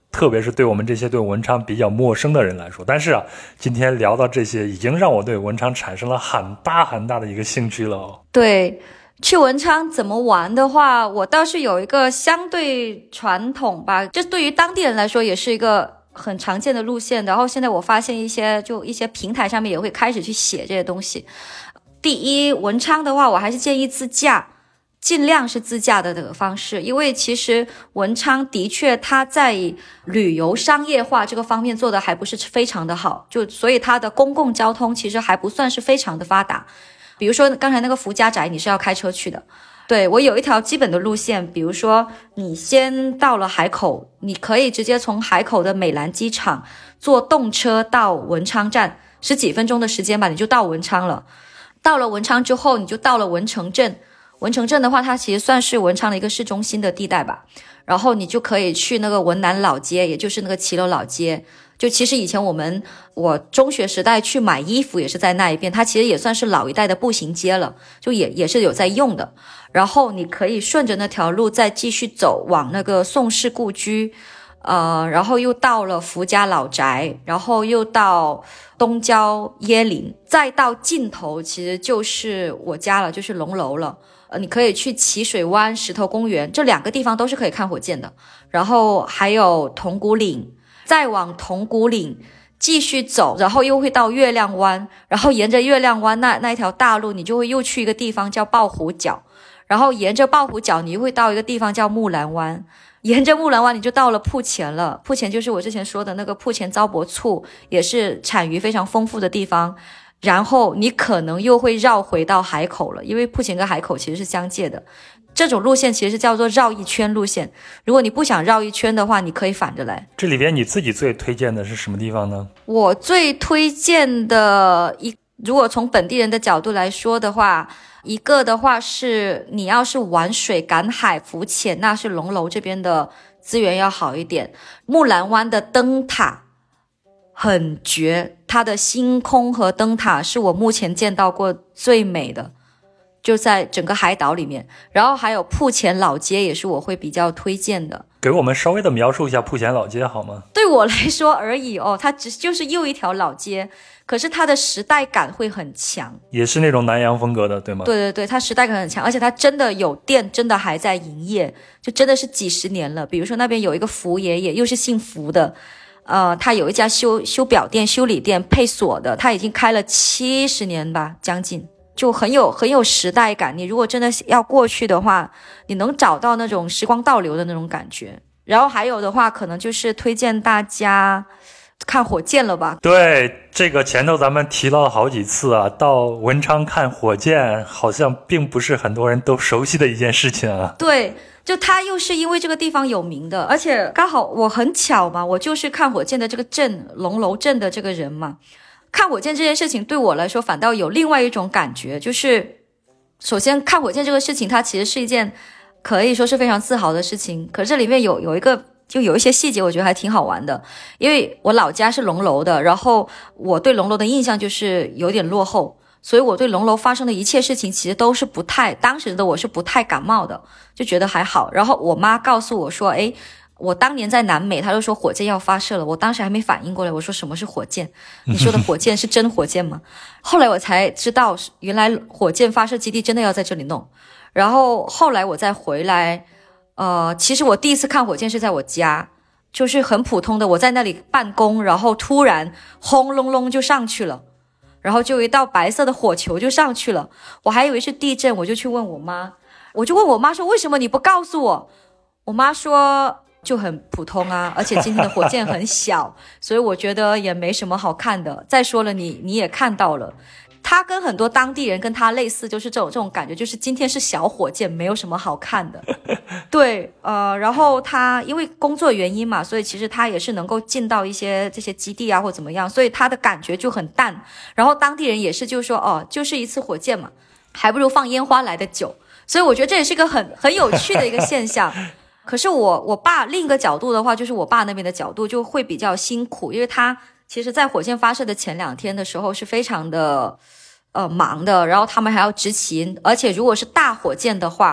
特别是对我们这些对文昌比较陌生的人来说。但是啊，今天聊到这些，已经让我对文昌产生了很大很大的一个兴趣了哦。 对，去文昌怎么玩的话，我倒是有一个相对传统吧，这对于当地人来说也是一个很常见的路线。然后现在我发现一些平台上面也会开始去写这些东西。第一，文昌的话，我还是建议自驾。尽量是自驾的这个方式，因为其实文昌的确它在旅游商业化这个方面做的还不是非常的好，所以它的公共交通其实还不算是非常的发达。比如说刚才那个福家宅你是要开车去的，对，我有一条基本的路线，比如说你先到了海口，你可以直接从海口的美兰机场坐动车到文昌站，10几分钟的时间吧，你就到文昌了。到了文昌之后，你就到了文城镇。文城镇的话，它其实算是文昌的一个市中心的地带吧，然后你就可以去那个文南老街，也就是那个骑楼老街。就其实以前我中学时代去买衣服也是在那一边，它其实也算是老一代的步行街了，就也是有在用的。然后你可以顺着那条路再继续走往那个宋氏故居，然后又到了福家老宅，然后又到东郊椰林，再到尽头其实就是我家了，就是龙楼了。你可以去奇水湾、石头公园，这2个地方都是可以看火箭的。然后还有铜鼓岭，再往铜鼓岭继续走，然后又会到月亮湾，然后沿着月亮湾那一条大路，你就会又去一个地方叫抱虎角，然后沿着抱虎角你又会到一个地方叫木兰湾，沿着木兰湾你就到了铺前了。铺前就是我之前说的那个铺前糟粕醋，也是产鱼非常丰富的地方。然后你可能又会绕回到海口了，因为铺前跟海口其实是相界的。这种路线其实是叫做绕一圈路线，如果你不想绕一圈的话，你可以反着来。 这里边你自己最推荐的是什么地方呢？ 我最推荐的如果从本地人的角度来说的话，一个的话是你要是玩水、赶海、浮潜，那是龙楼这边的资源要好一点。木兰湾的灯塔很绝，它的星空和灯塔是我目前见到过最美的，就在整个海岛里面。然后还有铺前老街也是我会比较推荐的。 给我们稍微的描述一下铺前老街好吗？ 对我来说而已哦，它就是又一条老街，可是它的时代感会很强， 也是那种南洋风格的，对吗？ 对对对，它时代感很强，而且它真的有店，真的还在营业，就真的是几十年了。比如说那边有一个福爷爷，又是姓福的，他有一家修表店、修理店配锁的，他已经开了70年吧，将近，就很有时代感。你如果真的要过去的话，你能找到那种时光倒流的那种感觉。然后还有的话，可能就是推荐大家看火箭了吧。 对，这个前头咱们提到了好几次啊，到文昌看火箭好像并不是很多人都熟悉的一件事情啊。 对，就它又是因为这个地方有名的，而且刚好我很巧嘛，我就是看火箭的这个镇，龙楼镇的这个人嘛。看火箭这件事情对我来说反倒有另外一种感觉，就是首先看火箭这个事情它其实是一件可以说是非常自豪的事情，可是这里面有一些细节我觉得还挺好玩的。因为我老家是龙楼的，然后我对龙楼的印象就是有点落后，所以我对龙楼发生的一切事情其实都是当时的我是不太感冒的，就觉得还好。然后我妈告诉我说，我当年在南美，她就说火箭要发射了，我当时还没反应过来，我说什么是火箭？你说的火箭是真火箭吗？后来我才知道，原来火箭发射基地真的要在这里弄。然后后来我再回来，其实我第一次看火箭是在我家，就是很普通的，我在那里办公，然后突然轰隆隆就上去了，然后就有一道白色的火球就上去了，我还以为是地震，我就问我妈说为什么你不告诉我？我妈说就很普通啊，而且今天的火箭很小，所以我觉得也没什么好看的。再说了，你也看到了。他跟很多当地人跟他类似，就是这种感觉，就是今天是小火箭，没有什么好看的。对，然后他因为工作原因嘛，所以其实他也是能够进到一些这些基地啊或怎么样，所以他的感觉就很淡。然后当地人也是就说，就是一次火箭嘛，还不如放烟花来的久。所以我觉得这也是一个很有趣的一个现象。可是我爸另一个角度的话，就是我爸那边的角度就会比较辛苦，因为他其实在火箭发射的前2天的时候是非常的忙的，然后他们还要执勤，而且如果是大火箭的话，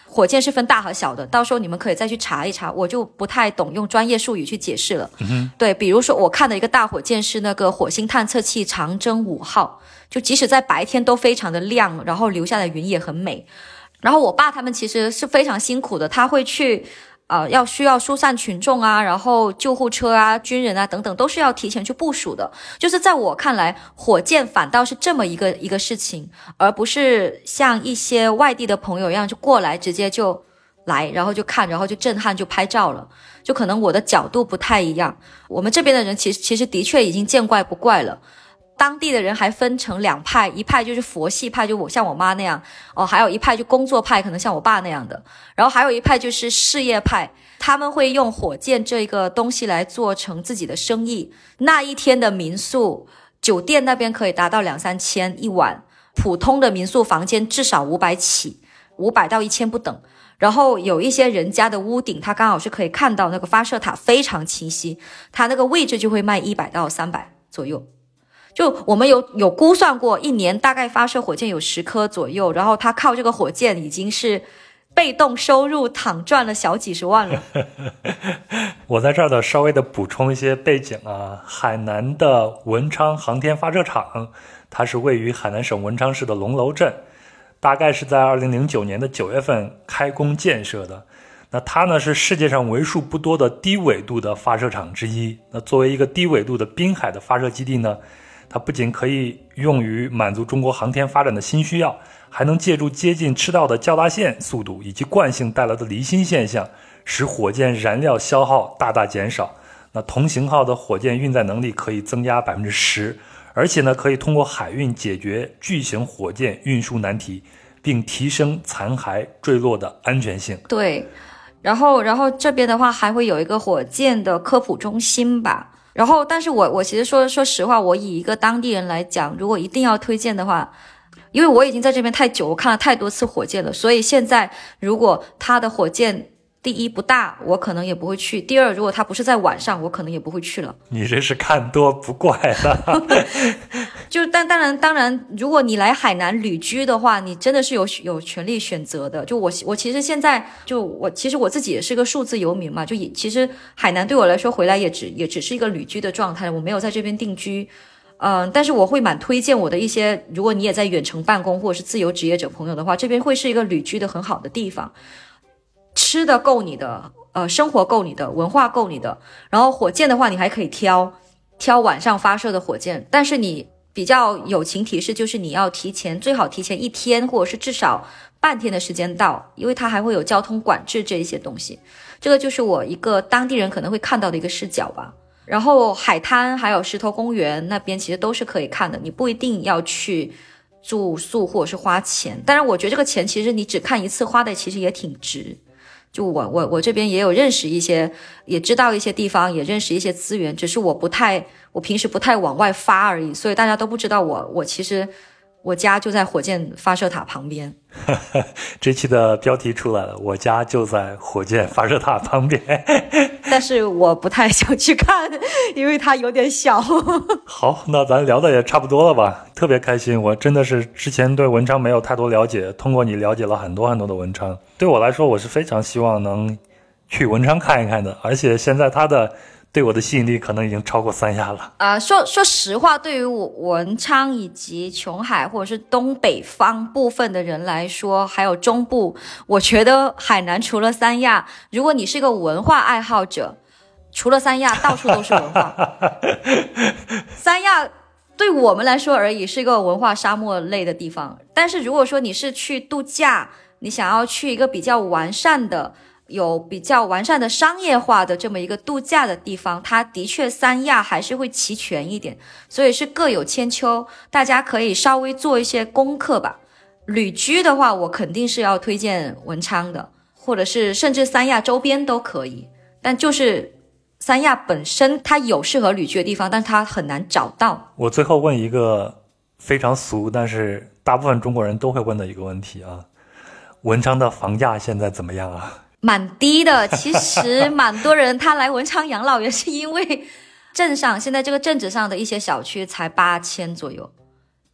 火箭是分大和小的，到时候你们可以再去查一查，我就不太懂用专业术语去解释了。对，比如说我看的一个大火箭是那个火星探测器长征5号，就即使在白天都非常的亮，然后留下的云也很美。然后我爸他们其实是非常辛苦的，他会去需要疏散群众啊，然后救护车啊、军人啊等等，都是要提前去部署的。就是在我看来，火箭反倒是这么一个事情，而不是像一些外地的朋友一样就过来直接就来，然后就看，然后就震撼就拍照了。就可能我的角度不太一样，我们这边的人其实的确已经见怪不怪了。当地的人还分成2派，一派就是佛系派，就像我妈那样还有一派就工作派，可能像我爸那样的，然后还有一派就是事业派，他们会用火箭这个东西来做成自己的生意。那一天的民宿酒店那边可以达到2-3千一晚，普通的民宿房间至少500起，500到1000不等。然后有一些人家的屋顶，它刚好是可以看到那个发射塔非常清晰，它那个位置就会卖100到300左右。就我们有估算过，一年大概发射火箭有10颗左右，然后他靠这个火箭已经是被动收入躺赚了小几十万了。 我在这儿稍微的补充一些背景啊，海南的文昌航天发射场，它是位于海南省文昌市的龙楼镇，大概是在2009年的9月份开工建设的。那它呢是世界上为数不多的低纬度的发射场之一。那作为一个低纬度的滨海的发射基地呢，它不仅可以用于满足中国航天发展的新需要，还能借助接近赤道的较大线速度以及惯性带来的离心现象，使火箭燃料消耗大大减少。那同型号的火箭运载能力可以增加 10%， 而且呢可以通过海运解决巨型火箭运输难题，并提升残骸坠落的安全性。 对，然后这边的话还会有一个火箭的科普中心吧。然后但是我其实说实话，我以一个当地人来讲，如果一定要推荐的话，因为我已经在这边太久，我看了太多次火箭了，所以现在如果它的火箭第一不大，我可能也不会去，第二如果它不是在晚上，我可能也不会去了。 你这是看多不怪了。 就当然如果你来海南旅居的话，你真的是有权利选择的。就我其实现在其实我自己也是个数字游民嘛，就其实海南对我来说回来也只是一个旅居的状态，我没有在这边定居。但是我会蛮推荐我的一些，如果你也在远程办公或者是自由职业者朋友的话，这边会是一个旅居的很好的地方，吃的够你的，生活够你的，文化够你的。然后火箭的话，你还可以挑晚上发射的火箭，但是你比较友情提示就是你要最好提前1天或者是至少半天的时间到，因为它还会有交通管制这一些东西。这个就是我一个当地人可能会看到的一个视角吧。然后海滩还有石头公园那边其实都是可以看的，你不一定要去住宿或者是花钱。当然我觉得这个钱其实你只看一次花的其实也挺值。就我这边也有认识一些，也知道一些地方，也认识一些资源，只是我平时不太往外发而已，所以大家都不知道我其实我家就在火箭发射塔旁边。 这期的标题出来了，我家就在火箭发射塔旁边。 但是我不太想去看，因为它有点小。 好，那咱聊的也差不多了吧，特别开心，我真的是之前对文昌没有太多了解，通过你了解了很多很多的文昌。对我来说，我是非常希望能去文昌看一看的，而且现在它的对我的吸引力可能已经超过三亚了。 说实话，对于文昌以及琼海或者是东北方部分的人来说，还有中部，我觉得海南除了三亚，如果你是个文化爱好者，除了三亚到处都是文化。三亚对我们来说而已是一个文化沙漠类的地方，但是如果说你是去度假，你想要去一个比较完善的有比较完善的商业化的这么一个度假的地方，它的确三亚还是会齐全一点，所以是各有千秋，大家可以稍微做一些功课吧。旅居的话，我肯定是要推荐文昌的，或者是甚至三亚周边都可以，但就是三亚本身它有适合旅居的地方，但它很难找到。 我最后问一个非常俗，但是大部分中国人都会问的一个问题啊，文昌的房价现在怎么样啊？ 蛮低的，其实蛮多人他来文昌养老也是因为镇上现在这个镇子上的一些小区才8000左右，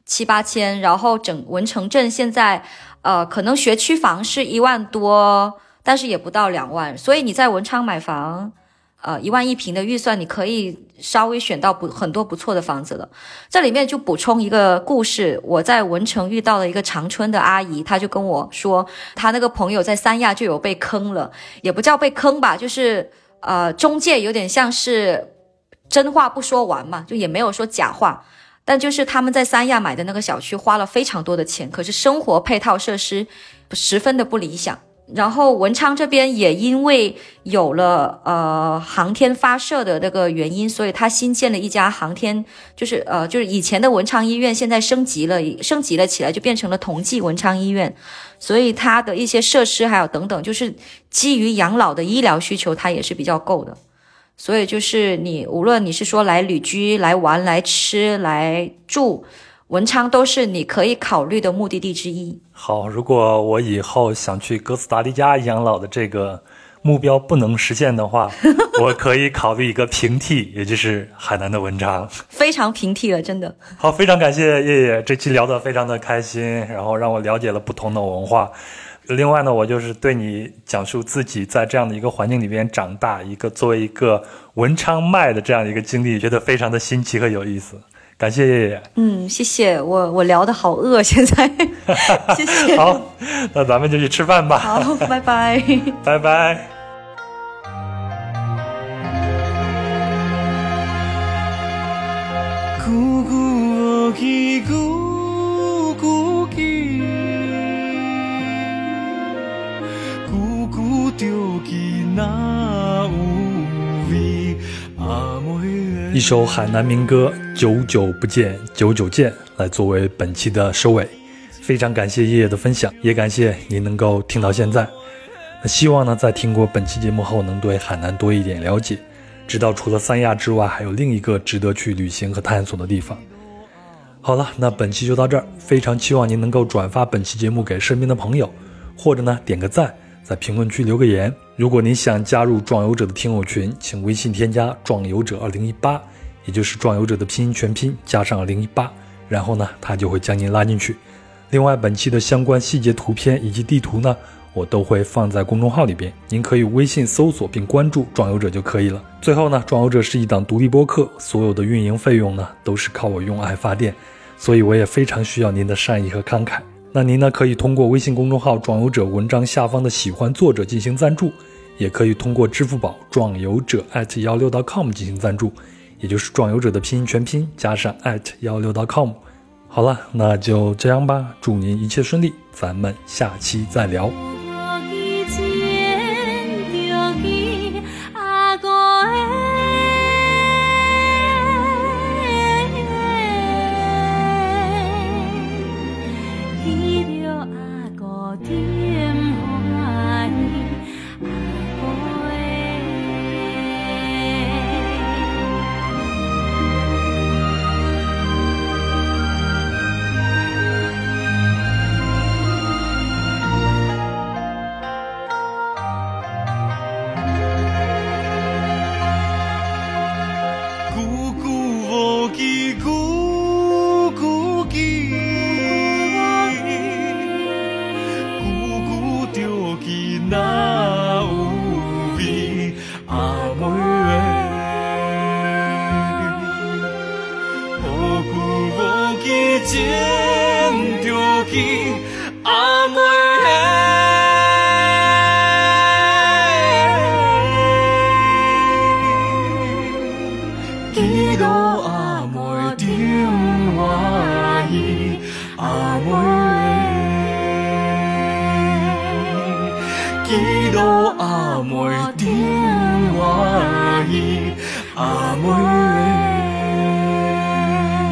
7、8千，然后整文成镇现在可能学区房是1万多，但是也不到2万，所以你在文昌买房1万1平的预算，你可以稍微选到很多不错的房子了。这里面就补充一个故事，我在文成遇到了一个长春的阿姨，她就跟我说，她那个朋友在三亚就有被坑了，也不叫被坑吧，就是中介有点像是真话不说完嘛，就也没有说假话，但就是他们在三亚买的那个小区花了非常多的钱，可是生活配套设施十分的不理想。然后文昌这边也因为有了航天发射的那个原因，所以他新建了一家航天，就是以前的文昌医院现在升级了起来，就变成了同济文昌医院，所以它的一些设施还有等等，就是基于养老的医疗需求，它也是比较够的。所以就是无论你是说来旅居、来玩、来吃、来住，文昌都是你可以考虑的目的地之一。 好，如果我以后想去哥斯达黎加养老的这个目标不能实现的话，我可以考虑一个平替，也就是海南的文昌。 非常平替了，真的。 好，非常感谢叶叶，这期聊得非常的开心，然后让我了解了不同的文化。另外呢，我就是对你讲述自己在这样的一个环境里边长大，作为一个文昌麦的这样的一个经历，觉得非常的新奇和有意思。感谢叶叶。 谢谢，我聊得好饿现在。谢谢。 好，那咱们就去吃饭吧。 好，拜拜。 拜拜。一首海南民歌《久久不见久久见》来作为本期的收尾，非常感谢叶叶的分享，也感谢你能够听到现在。那希望呢，在听过本期节目后能对海南多一点了解，知道除了三亚之外还有另一个值得去旅行和探索的地方。好了，那本期就到这儿，非常期望您能够转发本期节目给身边的朋友，或者呢点个赞，在评论区留个言。如果您想加入壮游者的听友群，请微信添加壮游者2018，也就是壮游者的拼音全拼加上2018，然后呢他就会将您拉进去。另外本期的相关细节图片以及地图呢，我都会放在公众号里边，您可以微信搜索并关注壮游者就可以了。最后呢，壮游者是一档独立播客，所有的运营费用呢都是靠我用爱发电，所以我也非常需要您的善意和慷慨。那您呢可以通过微信公众号壮游者文章下方的喜欢作者进行赞助，也可以通过支付宝壮游者 @16.com 进行赞助，也就是壮游者的拼音全拼加上 @16.com。 好了，那就这样吧，祝您一切顺利，咱们下期再聊。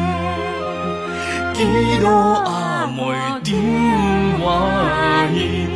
几多阿妹电话